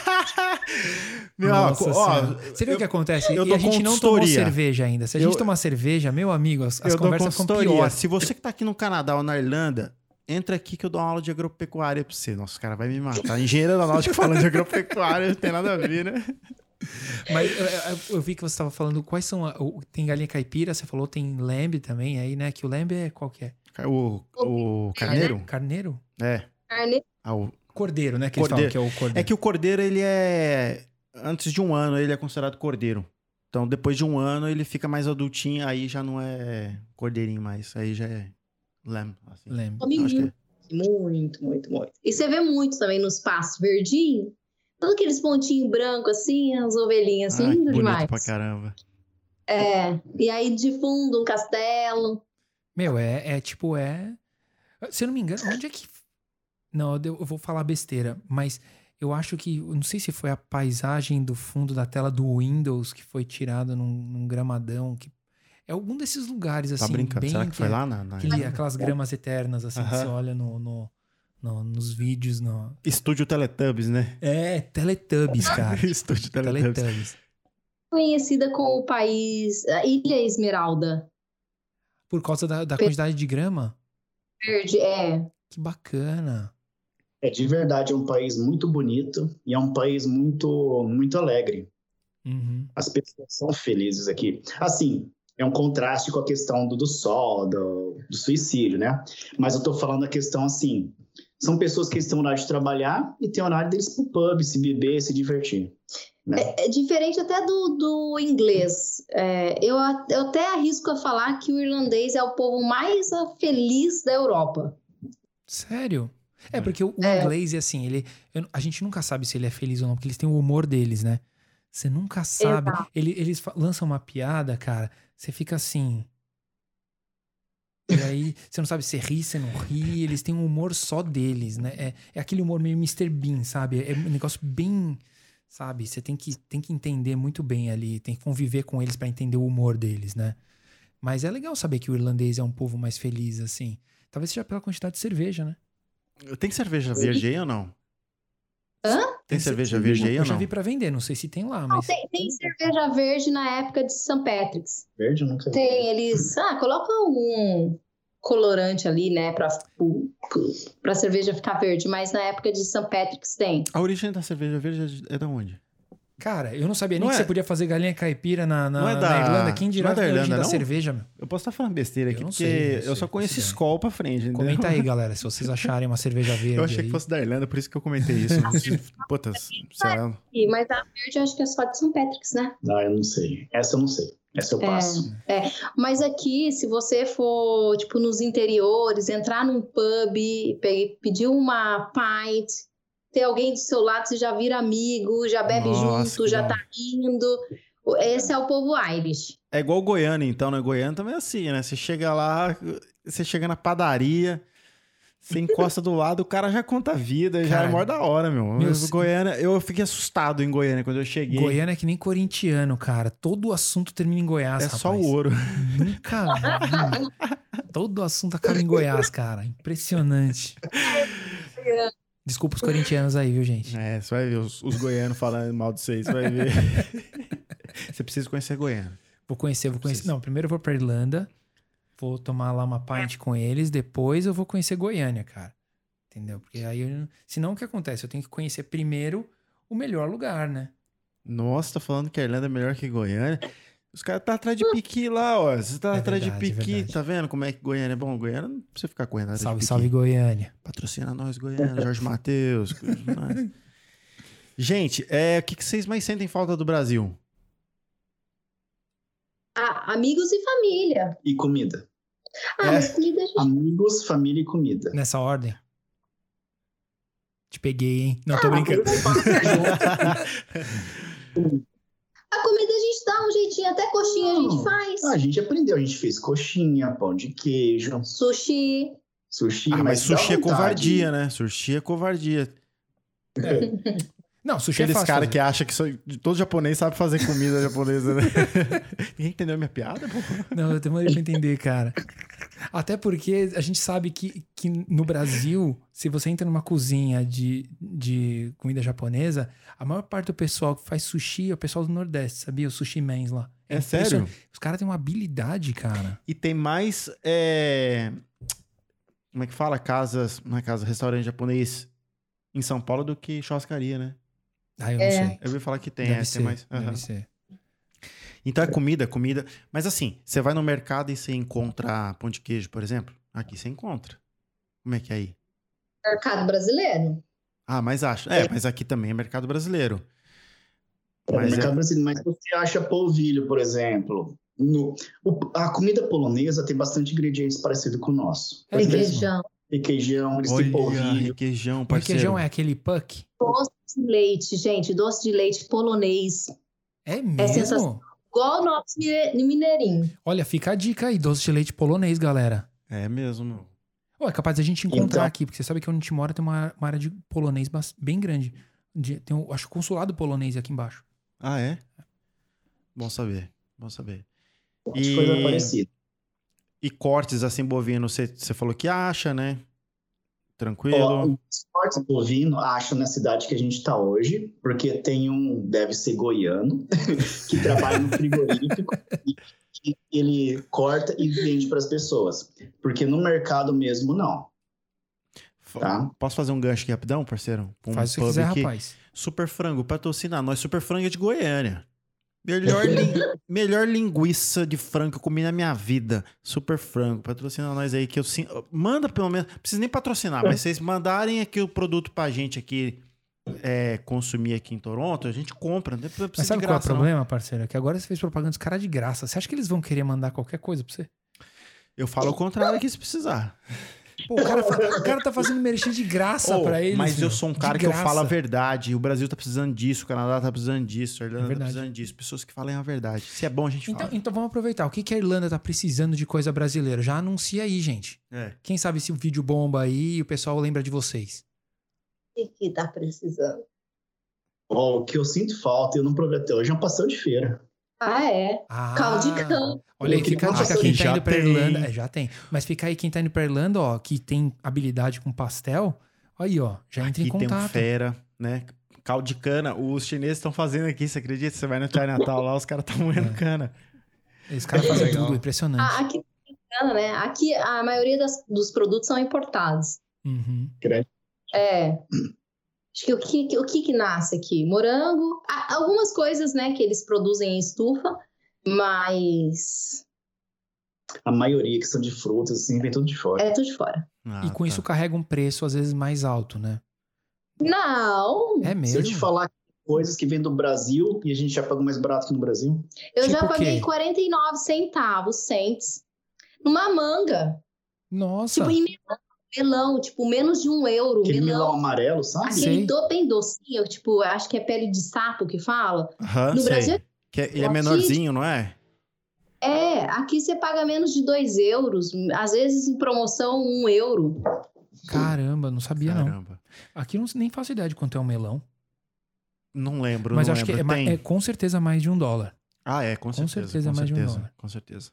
Você viu o que acontece? E a gente não tomou cerveja ainda. Se a gente tomar cerveja, meu amigo, as conversas ficam piores. Se você que tá aqui no Canadá ou na Irlanda, entra aqui que eu dou uma aula de agropecuária pra você. Nossa, o cara vai me matar. Engenheiro aeronáutico falando de agropecuária, não tem nada a ver, né? Mas eu vi que você estava falando quais são... Tem galinha caipira, você falou, tem lamb também aí, né? Que o lamb é qual que é? O carneiro? Carneiro? É. Carneiro. Cordeiro, né? Que eles falam que é o cordeiro. É que o cordeiro, ele é... Antes de 1 ano, ele é considerado cordeiro. Então, depois de 1 ano, ele fica mais adultinho, aí já não é cordeirinho mais. Aí já é lamb. Assim. Lamb. Acho que é. Muito, muito, muito. E você vê muito também nos pastos verdinhos. Todos aqueles pontinhos brancos, assim, as ovelhinhas, assim, lindo demais. Bonito pra caramba. E aí de fundo um castelo. Meu, tipo, se eu não me engano, onde é que... Não, eu vou falar besteira, mas eu acho que, não sei se foi a paisagem do fundo da tela do Windows que foi tirada num gramadão, que é algum desses lugares, assim, tá brincando? bem... Será que foi lá na... Aquelas gramas eternas, assim, que você olha nos vídeos, Estúdio Teletubbies, né? Teletubbies, cara. Estúdio Teletubbies. Conhecida como o país, a Ilha Esmeralda. Por causa da quantidade de grama? Verde, Que bacana. De verdade, é um país muito bonito e é um país muito, muito alegre. Uhum. As pessoas são felizes aqui. Assim, é um contraste com a questão do sol, do suicídio, né? Mas eu tô falando a questão assim, são pessoas que têm horário de trabalhar e tem horário deles pro pub, se beber, se divertir. Né? É diferente até do inglês. Eu até arrisco a falar que o irlandês é o povo mais feliz da Europa. Sério? Porque o inglês é assim, a gente nunca sabe se ele é feliz ou não, porque eles têm o humor deles, né? Você nunca sabe. Eles lançam uma piada, cara, você fica assim... E aí, você não sabe se ri, se não ri, eles têm um humor só deles, né? É aquele humor meio Mr. Bean, sabe? É um negócio bem... Sabe? Você tem que entender muito bem ali, tem que conviver com eles pra entender o humor deles, né? Mas é legal saber que o irlandês é um povo mais feliz, assim. Talvez seja pela quantidade de cerveja, né? Tem cerveja verde aí ou não? Hã? Tem cerveja verde aí ou Eu já não? vi pra vender, não sei se tem lá, mas... Tem cerveja verde na época de St. Patrick's. Verde eu nunca vi. Tem, eles... colocam algum colorante ali, né, pra cerveja ficar verde, mas na época de St. Patrick's tem. A origem da cerveja verde é da onde? Cara, eu não sabia nem que você podia fazer galinha caipira na Irlanda. Quem dirá não é da a origem Irlanda, da não? cerveja, meu? Eu posso estar falando besteira aqui, Eu não porque sei, eu só conheço Skol pra frente. Entendeu? Comenta aí, galera, se vocês acharem uma cerveja verde. Eu achei aí. que fosse da Irlanda, por isso que eu comentei isso. Puta, será? Mas a verde eu acho que é só de St. Patrick's, né? Eu não sei. Essa eu não sei. Essa eu passo. Mas aqui, se você for, tipo, nos interiores, entrar num pub, pedir uma pint, ter alguém do seu lado, você já vira amigo, já bebe junto, já tá rindo. Esse é o povo Irish. É igual Goiânia, então, né? Goiânia também é assim, né? Você chega lá, você chega na padaria, você encosta do lado, o cara já conta a vida, já é maior da hora, meu. Goiânia, eu fiquei assustado em Goiânia quando eu cheguei. Goiânia é que nem corintiano, cara. Todo o assunto termina em Goiás, rapaz. Só o ouro. Nunca vi. Todo o assunto acaba em Goiás, cara. Impressionante. Desculpa os corintianos aí, viu, gente? Você vai ver os goianos falando mal de vocês, você vai ver. Você precisa conhecer Goiânia. Vou conhecer. Não, primeiro eu vou pra Irlanda, vou tomar lá uma pint com eles, depois eu vou conhecer Goiânia, cara. Entendeu? Porque aí, senão o que acontece? Eu tenho que conhecer primeiro o melhor lugar, né? Nossa, tá falando que a Irlanda é melhor que Goiânia? Os caras tá atrás de piqui lá, ó. Você tá atrás de piqui, tá vendo como é que Goiânia é bom? Goiânia não precisa ficar correndo atrás de piqui. Salve, Goiânia. Patrocina nós, Goiânia, Jorge Mateus. Gente, o que vocês mais sentem falta do Brasil? Amigos e família. E comida. Mas comida a gente... Amigos, família e comida. Nessa ordem? Te peguei, hein? Não, tô brincando. A comida a gente dá um jeitinho, até coxinha a gente faz. A gente aprendeu, a gente fez coxinha, pão de queijo. Sushi. Mas sushi é covardia, né? Sushi é covardia. Não, sushi Aqueles é fácil. Caras que acham que todo japonês sabe fazer comida japonesa, né? Ninguém entendeu a minha piada, pô? Não, eu demorei pra entender, cara. Até porque a gente sabe que no Brasil, se você entra numa cozinha de comida japonesa, a maior parte do pessoal que faz sushi é o pessoal do Nordeste, sabia? Os sushi mans lá. É sério? Os caras têm uma habilidade, cara. E tem mais... Como é que fala? Restaurante japonês em São Paulo do que churrascaria, né? Eu não sei. Eu ouvi falar que tem, Deve tem ser, mais. Deve ser. Então é comida. Mas assim, você vai no mercado e você encontra pão de queijo, por exemplo? Aqui você encontra. Como é que é aí? Mercado brasileiro. Mas acho. Mas aqui também é mercado brasileiro. Mercado brasileiro, mas você acha polvilho, por exemplo. A comida polonesa tem bastante ingredientes parecidos com o nosso. Requeijão. requeijão, eles têm polvilho. Requeijão, O parceiro. requeijão é aquele puck? Doce de leite, gente. Doce de leite polonês. É É mesmo? sensacional. Igual o nosso mineirinho. Olha, fica a dica aí, doce de leite polonês, galera. É mesmo, meu. Ó, é capaz da gente encontrar Então- aqui, porque você sabe que onde a gente mora tem uma área de polonês bem grande. Tem, acho, consulado polonês aqui embaixo. Ah, é? Bom saber, bom saber. De coisa parecida. E cortes assim bovinos, você falou que acha, né? Tranquilo. Ó, os cortes bovino acho na cidade que a gente está hoje, porque tem deve ser goiano, que trabalha no frigorífico e que ele corta e vende para as pessoas. Porque no mercado mesmo, não. Tá? Posso fazer um gancho aqui rapidão, parceiro? Faz o que você quiser, rapaz. Super Frango, patrocina nós. Super Frango é de Goiânia. Melhor linguiça de frango que eu comi na minha vida. Super Frango, patrocina nós aí que eu sinto. Manda pelo menos, não precisa nem patrocinar, mas vocês mandarem aqui o produto pra gente aqui consumir aqui em Toronto, a gente compra. Não precisa Mas sabe de qual é o graça, não. problema, parceiro? É que agora você fez propaganda dos caras de graça. Você acha que eles vão querer mandar qualquer coisa pra você? Eu falo o contrário aqui se precisar. Pô, o cara tá fazendo merchan de graça pra eles. Mas meu. eu sou um De cara que eu graça. falo a verdade. O Brasil tá precisando disso, o Canadá tá precisando disso, a Irlanda tá verdade. precisando disso. Pessoas que falem a verdade. Se é bom, a gente Então, fala. então vamos aproveitar. O que a Irlanda tá precisando de coisa brasileira? Já anuncia aí, gente. Quem sabe se o vídeo bomba aí e o pessoal lembra de vocês. O que tá precisando? Ó, o que eu sinto falta, eu não provei até hoje, é um pastel de feira. Ah, é. Caldo de cana. Olha aí, fica a dica. Quem tá já indo pra tem. Irlanda. Já tem. Mas fica aí quem tá indo pra Irlanda, ó, que tem habilidade com pastel. Aí, ó, já entra em Aqui tem um contato. fera, né? Caldo de cana. Os chineses estão fazendo aqui, você acredita? Você vai no Chinatown lá, os caras estão moendo cana. Os caras fazem Legal. tudo, impressionante. Aqui tem cana, né? Aqui a maioria dos produtos são importados. Uhum. É. Acho que o que nasce aqui? Morango. Algumas coisas, né, que eles produzem em estufa, mas A maioria que são de frutas, assim, vem tudo de fora. é tudo de fora. E com isso carrega um preço, às vezes, mais alto, né? Não, É Se mesmo? eu te falar coisas que vêm do Brasil e a gente já paga mais barato que no Brasil. eu Tipo já o quê? paguei 49 centavos, cents, numa manga. Nossa. Tipo, em melão, tipo, menos de €1. Aquele melão Melão, amarelo, sabe? Sei. bem docinho, tipo, acho que é pele de sapo que fala. Aham, No sei. Brasil, Ele é aqui- menorzinho, não é? aqui você paga menos de €2, às vezes em promoção €1. Caramba, não sabia, não. Caramba. Aqui eu nem faço ideia de quanto é um melão. Não lembro, Mas não eu acho que lembro. Tem. é com certeza mais de $1. Ah, é, com certeza. certeza Com mais de certeza, $1. com certeza.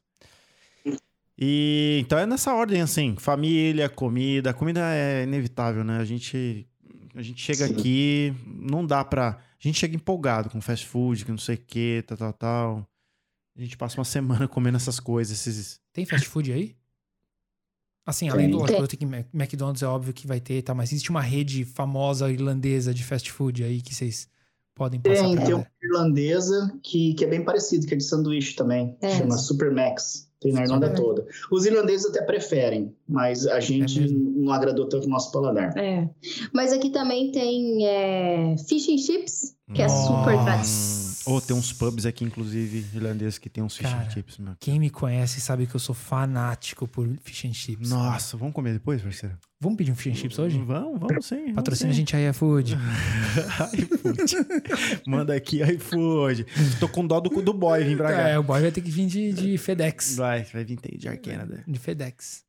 E então é nessa ordem, assim, família, comida. Comida é inevitável, né? A gente chega Sim. aqui, não dá pra... A gente chega empolgado com fast food, que não sei o que, tal. A gente passa uma semana comendo essas coisas, esses... Tem fast food aí? Assim, além do Tem. lógico, que McDonald's é óbvio que vai ter, tá? Mas existe uma rede famosa irlandesa de fast food aí que vocês podem passar pra Tem uma galera? irlandesa que é bem parecida, que é de sanduíche também. É. Chama Super Max. Tem na Irlanda Super toda. Os irlandeses até preferem, mas a gente mesmo? não agradou tanto o nosso paladar. É. Mas aqui também tem fish and chips, que é super tradicional. Oh, tem uns pubs aqui, inclusive, irlandeses, que tem uns fish Cara, and chips, meu. Quem me conhece sabe que eu sou fanático por fish and chips. Nossa, vamos comer depois, parceiro? Vamos pedir um fish and chips hoje? Vamos sim. Patrocina a gente aí, iFood. iFood. Manda aqui, iFood. Tô com dó do boy vir pra cá. O boy vai ter que vir de FedEx. Vai vir de Jar Canada. De FedEx.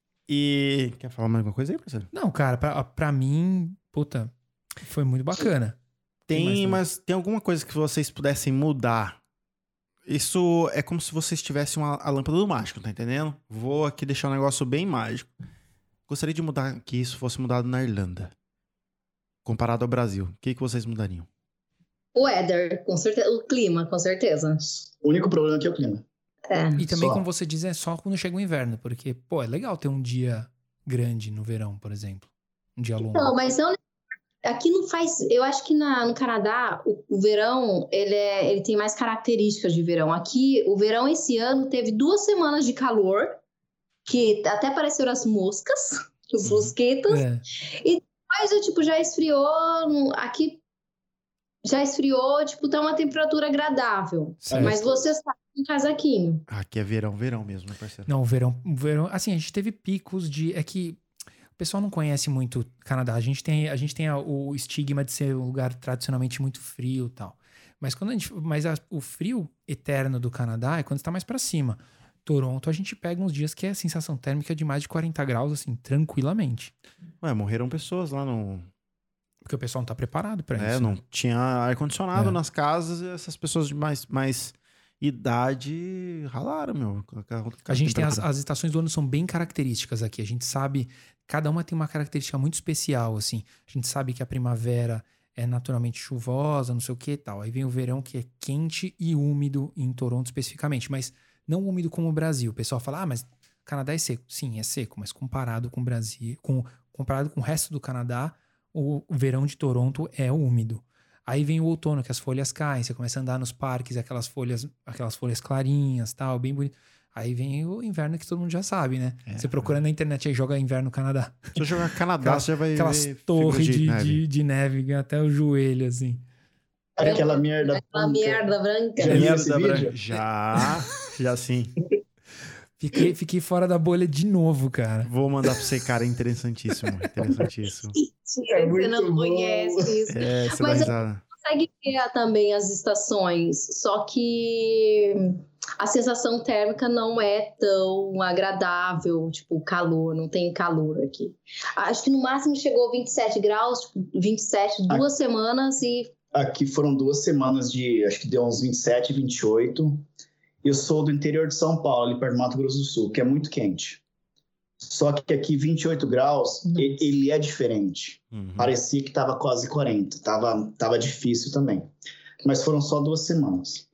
E quer falar mais alguma coisa aí, parceiro? Não, cara, pra mim, puta, foi muito bacana. Mas tem alguma coisa que vocês pudessem mudar? Isso é como se vocês tivessem a lâmpada do mágico, tá entendendo? Vou aqui deixar um negócio bem mágico. Gostaria de mudar que isso fosse mudado na Irlanda. Comparado ao Brasil. O que vocês mudariam? O weather, com certeza. O clima, com certeza. O único problema aqui é o clima. É. E também, Só. como você diz, é só quando chega o inverno. Porque, pô, é legal ter um dia grande no verão, por exemplo. Um dia longo. Não, mas não. Aqui não faz. Eu acho que no Canadá, o verão, ele tem mais características de verão. Aqui, o verão esse ano teve 2 semanas de calor, que até apareceram as moscas, os mosquitos. É. Mas, tipo, já esfriou. Aqui já esfriou, tipo, tá uma temperatura agradável. Certo. Mas você está com um casaquinho. Aqui é verão mesmo, né, parceiro? Não, o verão. Assim, a gente teve picos de. É que pessoal não conhece muito Canadá. A gente tem o estigma de ser um lugar tradicionalmente muito frio e tal. Mas o frio eterno do Canadá é quando está mais para cima. Toronto, a gente pega uns dias que é sensação térmica de mais de 40 graus, assim, tranquilamente. Ué, morreram pessoas lá no... Porque o pessoal não tá preparado para isso. Não tinha ar-condicionado nas casas e essas pessoas de mais idade ralaram, meu. A gente tem as estações do ano são bem características aqui. A gente sabe, cada uma tem uma característica muito especial, assim. A gente sabe que a primavera é naturalmente chuvosa, não sei o que e tal. Aí vem o verão que é quente e úmido em Toronto especificamente, mas não úmido como o Brasil. O pessoal fala, mas o Canadá é seco. Sim, é seco, mas comparado com o Brasil, comparado com o resto do Canadá, o verão de Toronto é úmido. Aí vem o outono, que as folhas caem, você começa a andar nos parques, aquelas folhas clarinhas, tal, bem bonito. Aí vem o inverno que todo mundo já sabe, né? Você procura na internet aí, joga inverno no Canadá. Se eu jogar Canadá, você já vai aquelas ver torres de neve até o joelho, assim. Aquela merda branca. Já viu esse vídeo? Já sim. Fiquei fora da bolha de novo, cara. Vou mandar pra você, cara, interessantíssimo. Você não conhece isso. Você mas vai consegue criar também as estações, só que a sensação térmica não é tão agradável, tipo, o calor, não tem calor aqui. Acho que no máximo chegou 27 graus, tipo, 27, 2 semanas e... Aqui foram 2 semanas acho que deu uns 27, 28. Eu sou do interior de São Paulo, ali perto do Mato Grosso do Sul, que é muito quente. Só que aqui 28 graus, ele é diferente. Parecia que estava quase 40, tava difícil também. Mas foram só 2 semanas.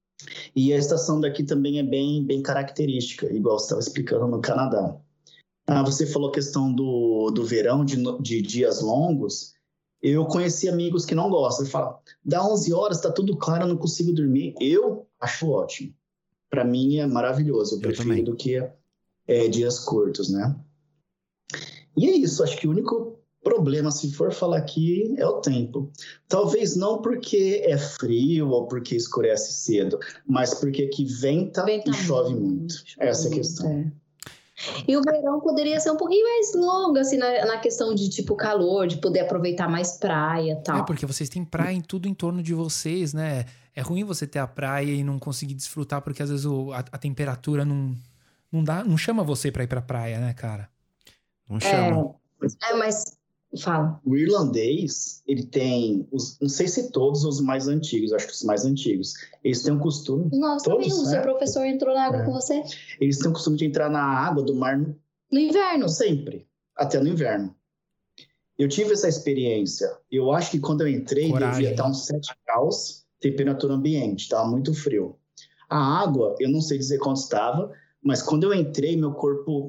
E a estação daqui também é bem característica, igual você estava explicando no Canadá. Você falou a questão do verão, de dias longos. Eu conheci amigos que não gostam. Eles falam, dá 11 horas, tá tudo claro, eu não consigo dormir. Eu acho ótimo. Para mim é maravilhoso. Eu prefiro também. do que dias curtos, né? E é isso. Acho que o único problema, se for falar aqui, é o tempo. Talvez não porque é frio ou porque escurece cedo, mas porque aqui venta e chove muito. Essa é a questão. E o verão poderia ser um pouquinho mais longo, assim, na questão de, tipo, calor, de poder aproveitar mais praia e tal. Porque vocês têm praia em tudo em torno de vocês, né? É ruim você ter a praia e não conseguir desfrutar, porque às vezes a temperatura não chama você pra ir pra praia, né, cara? Não chama. Mas... Fala. O irlandês, ele tem, não sei se todos os mais antigos, acho que os mais antigos, eles têm um costume... Nós também, o seu professor entrou na água com você? Eles têm o costume de entrar na água do mar... No inverno? Sempre, até no inverno. Eu tive essa experiência. Eu acho que quando eu entrei, devia estar uns 7 graus, temperatura ambiente, estava muito frio. A água, eu não sei dizer quanto estava, mas quando eu entrei, meu corpo...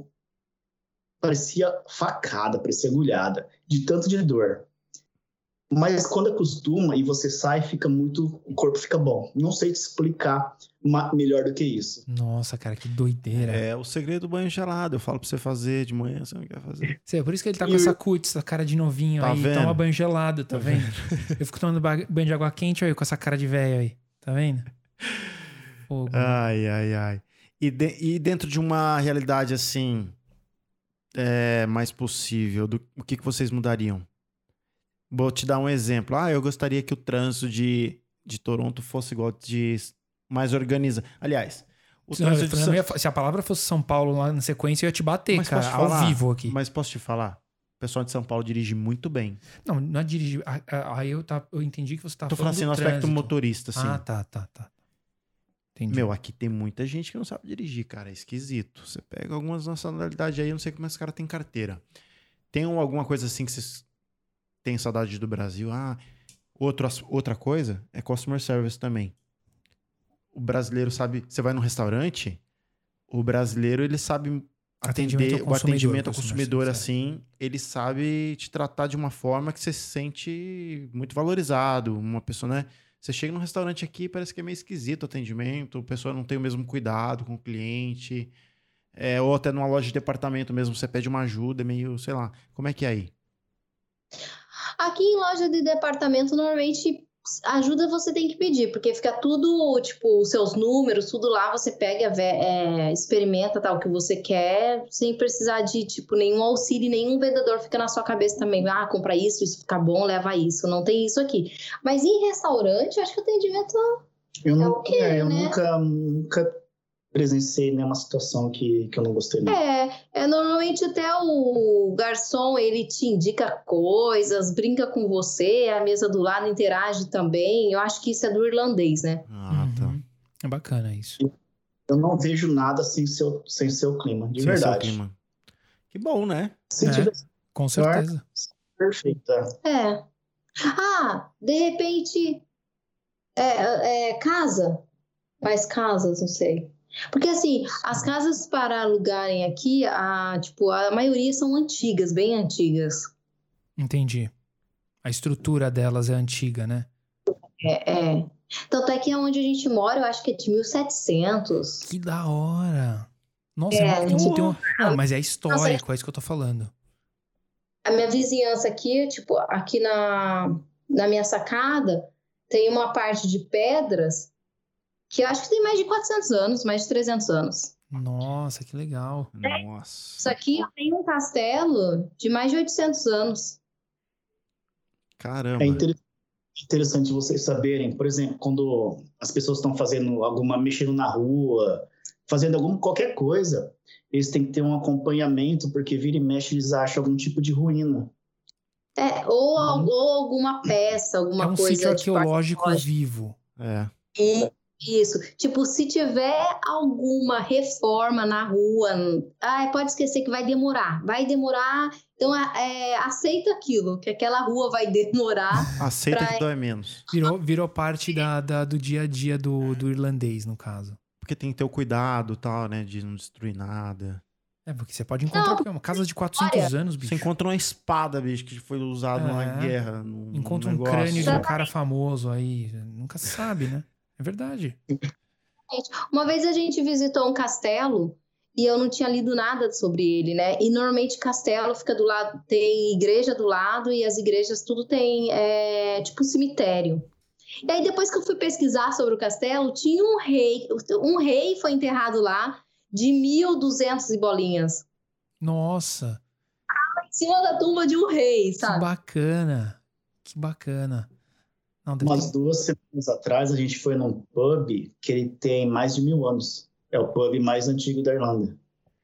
parecia facada, parecia agulhada, de tanto de dor. Mas quando acostuma e você sai, o corpo fica bom. Não sei te explicar melhor do que isso. Nossa, cara, que doideira. É o segredo do banho gelado. Eu falo pra você fazer de manhã, você não quer fazer. É por isso que ele tá com essa cutis, essa cara de novinho tá aí, vendo? Toma banho gelado, tá vendo? Eu fico tomando banho de água quente aí, com essa cara de velho aí, tá vendo? Fogo. Ai. E dentro de uma realidade assim... mais possível, o que vocês mudariam? Vou te dar um exemplo. Eu gostaria que o trânsito de Toronto fosse igual de mais organizado. Aliás, se a palavra fosse São Paulo lá na sequência, eu ia te bater, mas cara, ao vivo aqui. Mas posso te falar? O pessoal de São Paulo dirige muito bem. Não é dirigir. Aí eu entendi que você tá falando. Tô falando assim, no aspecto motorista, assim. Tá. Entendi. Meu, aqui tem muita gente que não sabe dirigir, cara. É esquisito. Você pega algumas nacionalidades aí, eu não sei como esse cara tem carteira. Tem alguma coisa assim que vocês têm saudade do Brasil? Outra coisa é customer service também. O brasileiro sabe... Você vai num restaurante, o brasileiro, ele sabe atender o atendimento ao consumidor, assim. Ele sabe te tratar de uma forma que você se sente muito valorizado. Uma pessoa, né? Você chega num restaurante aqui, parece que é meio esquisito o atendimento, a pessoa não tem o mesmo cuidado com o cliente, ou até numa loja de departamento mesmo, você pede uma ajuda, meio, sei lá, como é que é aí? Aqui em loja de departamento, normalmente ajuda você tem que pedir, porque fica tudo, tipo, os seus números, tudo lá, você pega, experimenta tal, o que você quer, sem precisar de, tipo, nenhum auxílio, nenhum vendedor fica na sua cabeça também, compra isso fica bom, leva isso, não tem isso aqui. Mas em restaurante, eu acho que o atendimento eu né? nunca presenciei nenhuma situação que eu não gostei. Não. Normalmente até o garçom, ele te indica coisas, brinca com você, a mesa do lado interage também. Eu acho que isso é do irlandês, né? Tá. É bacana isso. Eu não vejo nada sem seu clima, de verdade. Seu clima. Que bom, né? Com certeza. Perfeita. De repente, casa. Mais casas, não sei. Porque, assim, as casas para alugarem aqui, a maioria são antigas, bem antigas. Entendi. A estrutura delas é antiga, né? Tanto é que onde a gente mora, eu acho que é de 1700. Que da hora! Nossa, mas é histórico, é isso que eu tô falando. A minha vizinhança aqui, tipo, aqui na minha sacada, tem uma parte de pedras que eu acho que tem mais de 400 anos, mais de 300 anos. Nossa, que legal. Nossa. Isso aqui tem um castelo de mais de 800 anos. Caramba. É interessante vocês saberem, por exemplo, quando as pessoas estão fazendo mexendo na rua, fazendo qualquer coisa, eles têm que ter um acompanhamento, porque vira e mexe eles acham algum tipo de ruína. Ou alguma peça, alguma coisa. É um sítio arqueológico vivo. Isso. Tipo, se tiver alguma reforma na rua, pode esquecer que vai demorar. Então, aceita aquilo, que aquela rua vai demorar. Aceita que dói menos. Virou parte do dia a dia do irlandês, no caso. Porque tem que ter o cuidado e tal, né? De não destruir nada. Porque você pode encontrar uma casa de 400 anos, bicho. Você encontra uma espada, bicho, que foi usada numa guerra. Encontra um crânio de um cara famoso aí. Nunca se sabe, né? É verdade. Uma vez a gente visitou um castelo e eu não tinha lido nada sobre ele, né? E normalmente castelo fica do lado, tem igreja do lado e as igrejas tudo tem tipo cemitério. E aí depois que eu fui pesquisar sobre o castelo, tinha um rei foi enterrado lá de 1200 e bolinhas. Nossa! Em cima da tumba de um rei, sabe? Que bacana. Umas 2 semanas atrás, a gente foi num pub que ele tem mais de 1000 anos. É o pub mais antigo da Irlanda.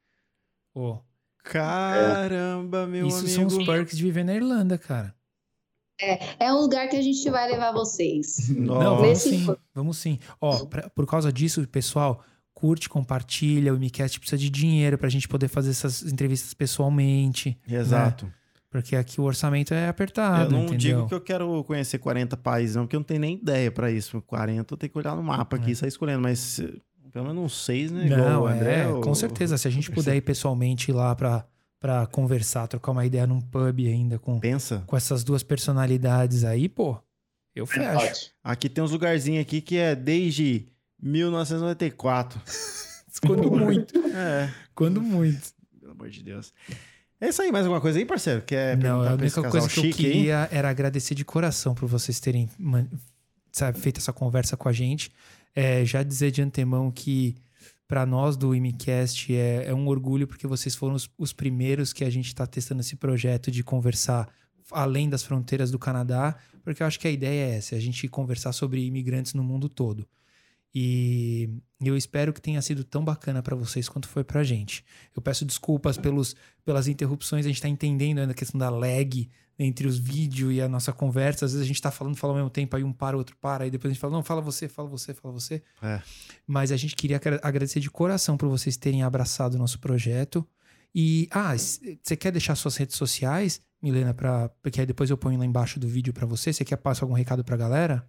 Caramba, meu amigo. Isso são os perks de viver na Irlanda, cara. É um lugar que a gente vai levar vocês. Não, vamos sim. Por causa disso, pessoal, curte, compartilha. O IMCast precisa de dinheiro pra gente poder fazer essas entrevistas pessoalmente. Exato. Né? Porque aqui o orçamento é apertado, eu não entendeu? digo que eu quero conhecer 40 países, não, porque eu não tenho nem ideia pra isso. 40 eu tenho que olhar no mapa aqui e sair escolhendo, mas pelo menos uns 6, né? Igual o André. Com certeza. Se a gente puder ir pessoalmente lá pra conversar, trocar uma ideia num pub ainda com essas 2 personalidades aí, eu fecho. Aqui tem uns lugarzinhos aqui que é desde 1994. Quando muito. Quando muito. Pelo amor de Deus. É isso aí, mais alguma coisa aí, parceiro? Quer perguntar a única coisa que eu queria era agradecer de coração por vocês terem feito essa conversa com a gente. Já dizer de antemão que para nós do IMCast é um orgulho, porque vocês foram os primeiros que a gente está testando esse projeto de conversar além das fronteiras do Canadá, porque eu acho que a ideia é essa, a gente conversar sobre imigrantes no mundo todo. E eu espero que tenha sido tão bacana para vocês quanto foi pra gente. Eu peço desculpas pelas interrupções, a gente tá entendendo ainda a questão da lag entre os vídeos e a nossa conversa. Às vezes a gente tá fala ao mesmo tempo, aí um para, o outro para, aí depois a gente fala, não, fala você. Mas a gente queria agradecer de coração por vocês terem abraçado o nosso projeto. E, você quer deixar suas redes sociais, Milena, porque aí depois eu ponho lá embaixo do vídeo para você? Você quer passar algum recado pra galera?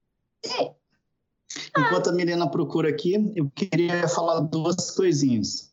Enquanto a Milena procura aqui, eu queria falar 2 coisinhas.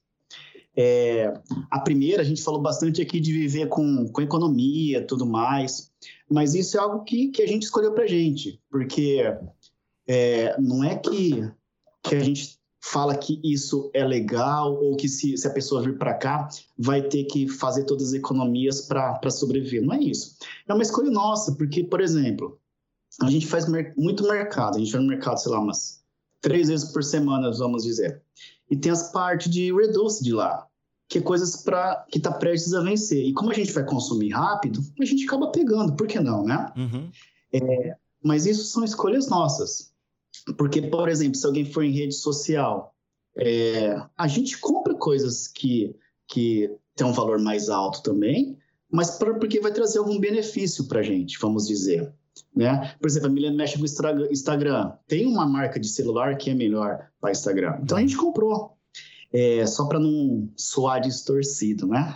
A primeira, a gente falou bastante aqui de viver com economia e tudo mais, mas isso é algo que a gente escolheu pra gente, porque não é que a gente fala que isso é legal ou que se a pessoa vir para cá vai ter que fazer todas as economias para sobreviver. Não é isso. É uma escolha nossa, porque, por exemplo, A gente faz muito mercado. A gente vai no mercado, sei lá, umas 3 vezes por semana, vamos dizer. E tem as partes de reduce de lá, que é coisas que está prestes a vencer. E como a gente vai consumir rápido, a gente acaba pegando, por que não, né? Uhum. Mas isso são escolhas nossas. Porque, por exemplo, se alguém for em rede social, a gente compra coisas que tem um valor mais alto também, mas porque vai trazer algum benefício para a gente, vamos dizer. Né? Por exemplo, a Milena mexe com o Instagram. Tem uma marca de celular que é melhor para Instagram. Então a gente comprou. Só para não soar distorcido, né?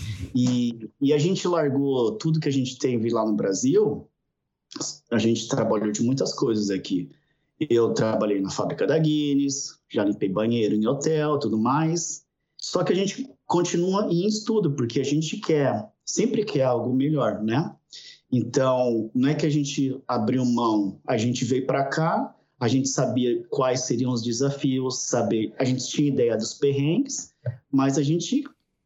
E a gente largou tudo que a gente teve lá no Brasil. A gente trabalhou de muitas coisas aqui. Eu trabalhei na fábrica da Guinness, já limpei banheiro em hotel, tudo mais. Só que a gente continua em estudo, porque a gente sempre quer algo melhor, né? Então, não é que a gente abriu mão, a gente veio para cá, a gente sabia quais seriam os desafios, a gente tinha ideia dos perrengues, mas a gente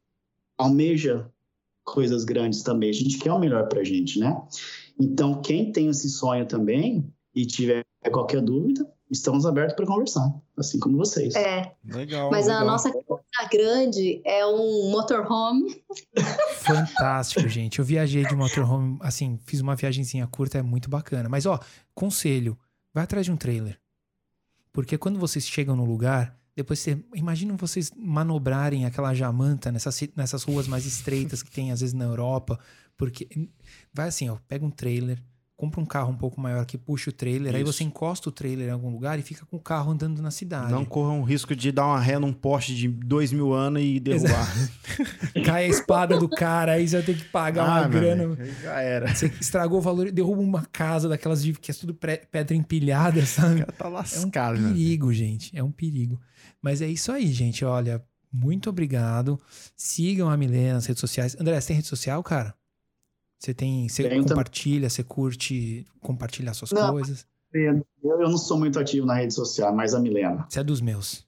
almeja coisas grandes também, a gente quer o melhor para a gente, né? Então, quem tem esse sonho também e tiver qualquer dúvida, estamos abertos para conversar, assim como vocês. Legal. Mas legal. a nossa casa grande é um motorhome. Fantástico, gente. Eu viajei de motorhome, assim, fiz uma viagenzinha curta, é muito bacana. Mas, conselho, vai atrás de um trailer. Porque quando vocês chegam no lugar, depois imagina vocês manobrarem aquela jamanta nessas ruas mais estreitas que tem às vezes na Europa. Porque vai assim, pega um trailer, compra um carro um pouco maior que puxa o trailer, aí você encosta o trailer em algum lugar e fica com o carro andando na cidade. Não corra um risco de dar uma ré num poste de 2.000 anos e derrubar. Cai a espada do cara, aí você vai ter que pagar uma grana. Já era. Você estragou o valor, derruba uma casa daquelas que é tudo pedra empilhada, sabe? O cara tá lascado. É um perigo, gente. É um perigo. Mas é isso aí, gente. Olha, muito obrigado. Sigam a Milena nas redes sociais. André, você tem rede social, cara? Você compartilha, você curte compartilhar suas coisas? Eu não sou muito ativo na rede social, mas a Milena. Você é dos meus.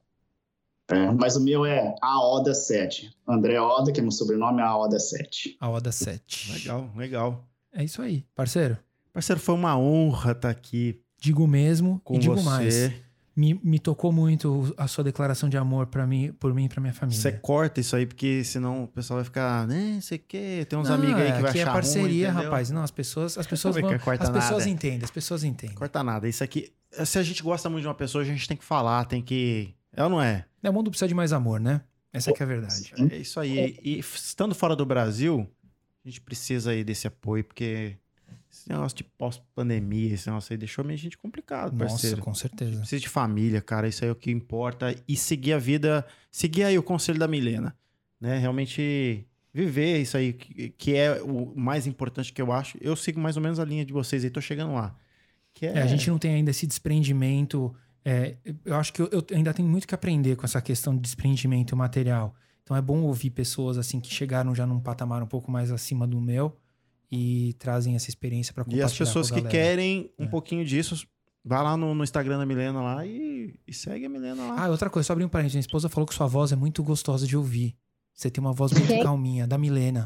Mas o meu é AODA7. André Oda, que é meu sobrenome, é AODA7. AODA7. Legal. É isso aí, parceiro. Parceiro, foi uma honra estar aqui. Digo mesmo com e digo você. Mais. Me tocou muito a sua declaração de amor por mim e pra minha família. Você corta isso aí, porque senão o pessoal vai ficar, né, sei o quê. Tem uns amigos aí que vai achar ruim, é parceria, entendeu? rapaz. Não, as pessoas entendem, as pessoas entendem. Corta nada. Isso aqui, se a gente gosta muito de uma pessoa, a gente tem que falar, tem que... É ou não é? O mundo precisa de mais amor, né? Essa que é a verdade. É isso aí. E estando fora do Brasil, a gente precisa aí desse apoio, porque... Esse negócio de pós-pandemia, esse negócio aí deixou a gente complicado, parceiro. Nossa, com certeza. Precisa de família, cara. Isso aí é o que importa. E seguir a vida... Seguir aí o conselho da Milena, né? Realmente viver isso aí, que é o mais importante que eu acho. Eu sigo mais ou menos a linha de vocês aí. Tô chegando lá. A gente não tem ainda esse desprendimento... eu acho que eu ainda tenho muito que aprender com essa questão de desprendimento material. Então é bom ouvir pessoas assim que chegaram já num patamar um pouco mais acima do meu e trazem essa experiência para compartilhar. E as pessoas com a que galera. querem um pouquinho disso, vai lá no Instagram da Milena lá e segue a Milena lá. Outra coisa, só abrir um parênteses. Minha esposa falou que sua voz é muito gostosa de ouvir. Você tem uma voz muito calminha, da Milena.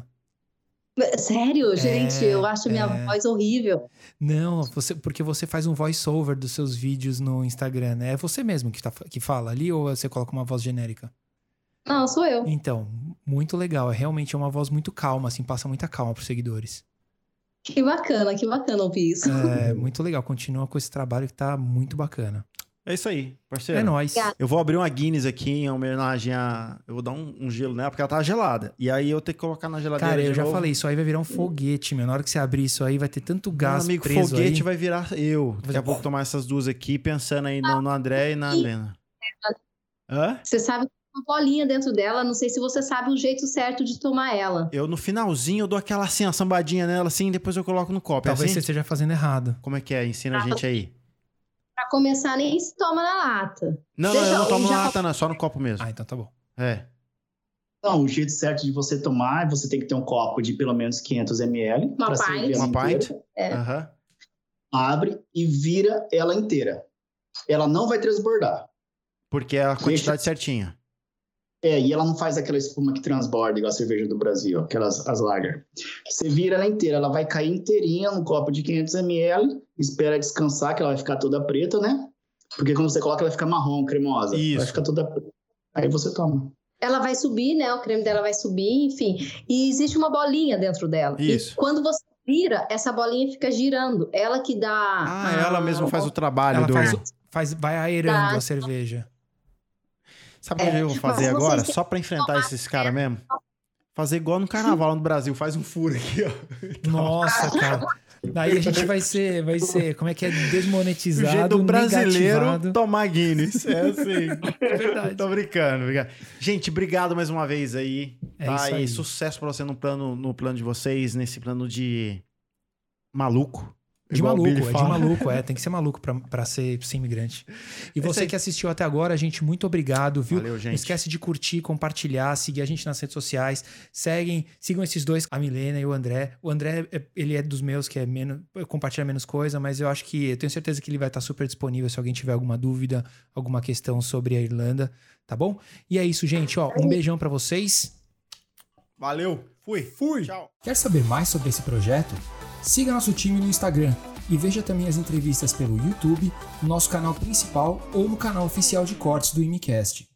Sério, gente? Eu acho minha voz horrível. Não, porque você faz um voice-over dos seus vídeos no Instagram, né? É você mesmo que fala ali ou você coloca uma voz genérica? Não, sou eu. Então, muito legal. Realmente uma voz muito calma, assim, passa muita calma pros seguidores. Que bacana ouvir isso. Muito legal. Continua com esse trabalho que tá muito bacana. É isso aí, parceiro. É nóis. Eu vou abrir uma Guinness aqui em homenagem a... Eu vou dar um gelo nela, porque ela tava gelada. E aí eu tenho que colocar na geladeira. Cara, eu já novo. falei, isso aí vai virar um foguete, meu. Na hora que você abrir isso aí, vai ter tanto gás amigo, preso foguete aí. vai virar eu. Daqui a pouco tomar essas duas aqui, pensando aí no André e na Milena. Hã? Você sabe que tem uma bolinha dentro dela, não sei se você sabe o jeito certo de tomar ela. Eu, no finalzinho, eu dou aquela assim, a sambadinha nela assim, e depois eu coloco no copo. Talvez assim? você esteja fazendo errado. Como é que é? Ensina a gente aí. Pra começar, nem se toma na lata. Não, eu não tomo na lata, não. Só no copo mesmo. Então tá bom. Não, o jeito certo de você tomar, você tem que ter um copo de pelo menos 500 ml. Uma pint. Aham. Abre e vira ela inteira. Ela não vai transbordar. Porque é a quantidade certinha. E ela não faz aquela espuma que transborda, igual a cerveja do Brasil, as lager. Você vira ela inteira, ela vai cair inteirinha no copo de 500 ml espera descansar, que ela vai ficar toda preta, né? Porque quando você coloca, ela vai ficar marrom, cremosa. Isso. Vai ficar toda preta. Aí você toma. Ela vai subir, né? O creme dela vai subir, enfim. E existe uma bolinha dentro dela. Isso. E quando você vira, essa bolinha fica girando. Ela que dá... ela mesma faz o trabalho Ela vai aerando a cerveja. Sabe o que eu vou fazer agora? Só pra enfrentar esses caras mesmo? Fazer igual no carnaval no Brasil. Faz um furo aqui, ó. Nossa, cara. Daí a gente vai ser, como é que é? Desmonetizado, o jeito do brasileiro negativado. tomar Guinness. É assim. É verdade. Tô brincando. Gente, obrigado mais uma vez aí. É isso aí. Sucesso pra você no plano de vocês, nesse plano de maluco. De maluco, tem que ser maluco pra ser imigrante. E você que assistiu até agora, gente, muito obrigado, viu? Valeu, gente. Não esquece de curtir, compartilhar, seguir a gente nas redes sociais. Sigam esses dois, a Milena e o André. O André, ele é dos meus, que é menos, compartilha menos coisa, mas eu tenho certeza que ele vai estar super disponível se alguém tiver alguma dúvida, alguma questão sobre a Irlanda, tá bom? E é isso, gente, ó, um beijão pra vocês. Valeu, fui. Tchau. Quer saber mais sobre esse projeto? Siga nosso time no Instagram e veja também as entrevistas pelo YouTube, no nosso canal principal ou no canal oficial de cortes do IMCast.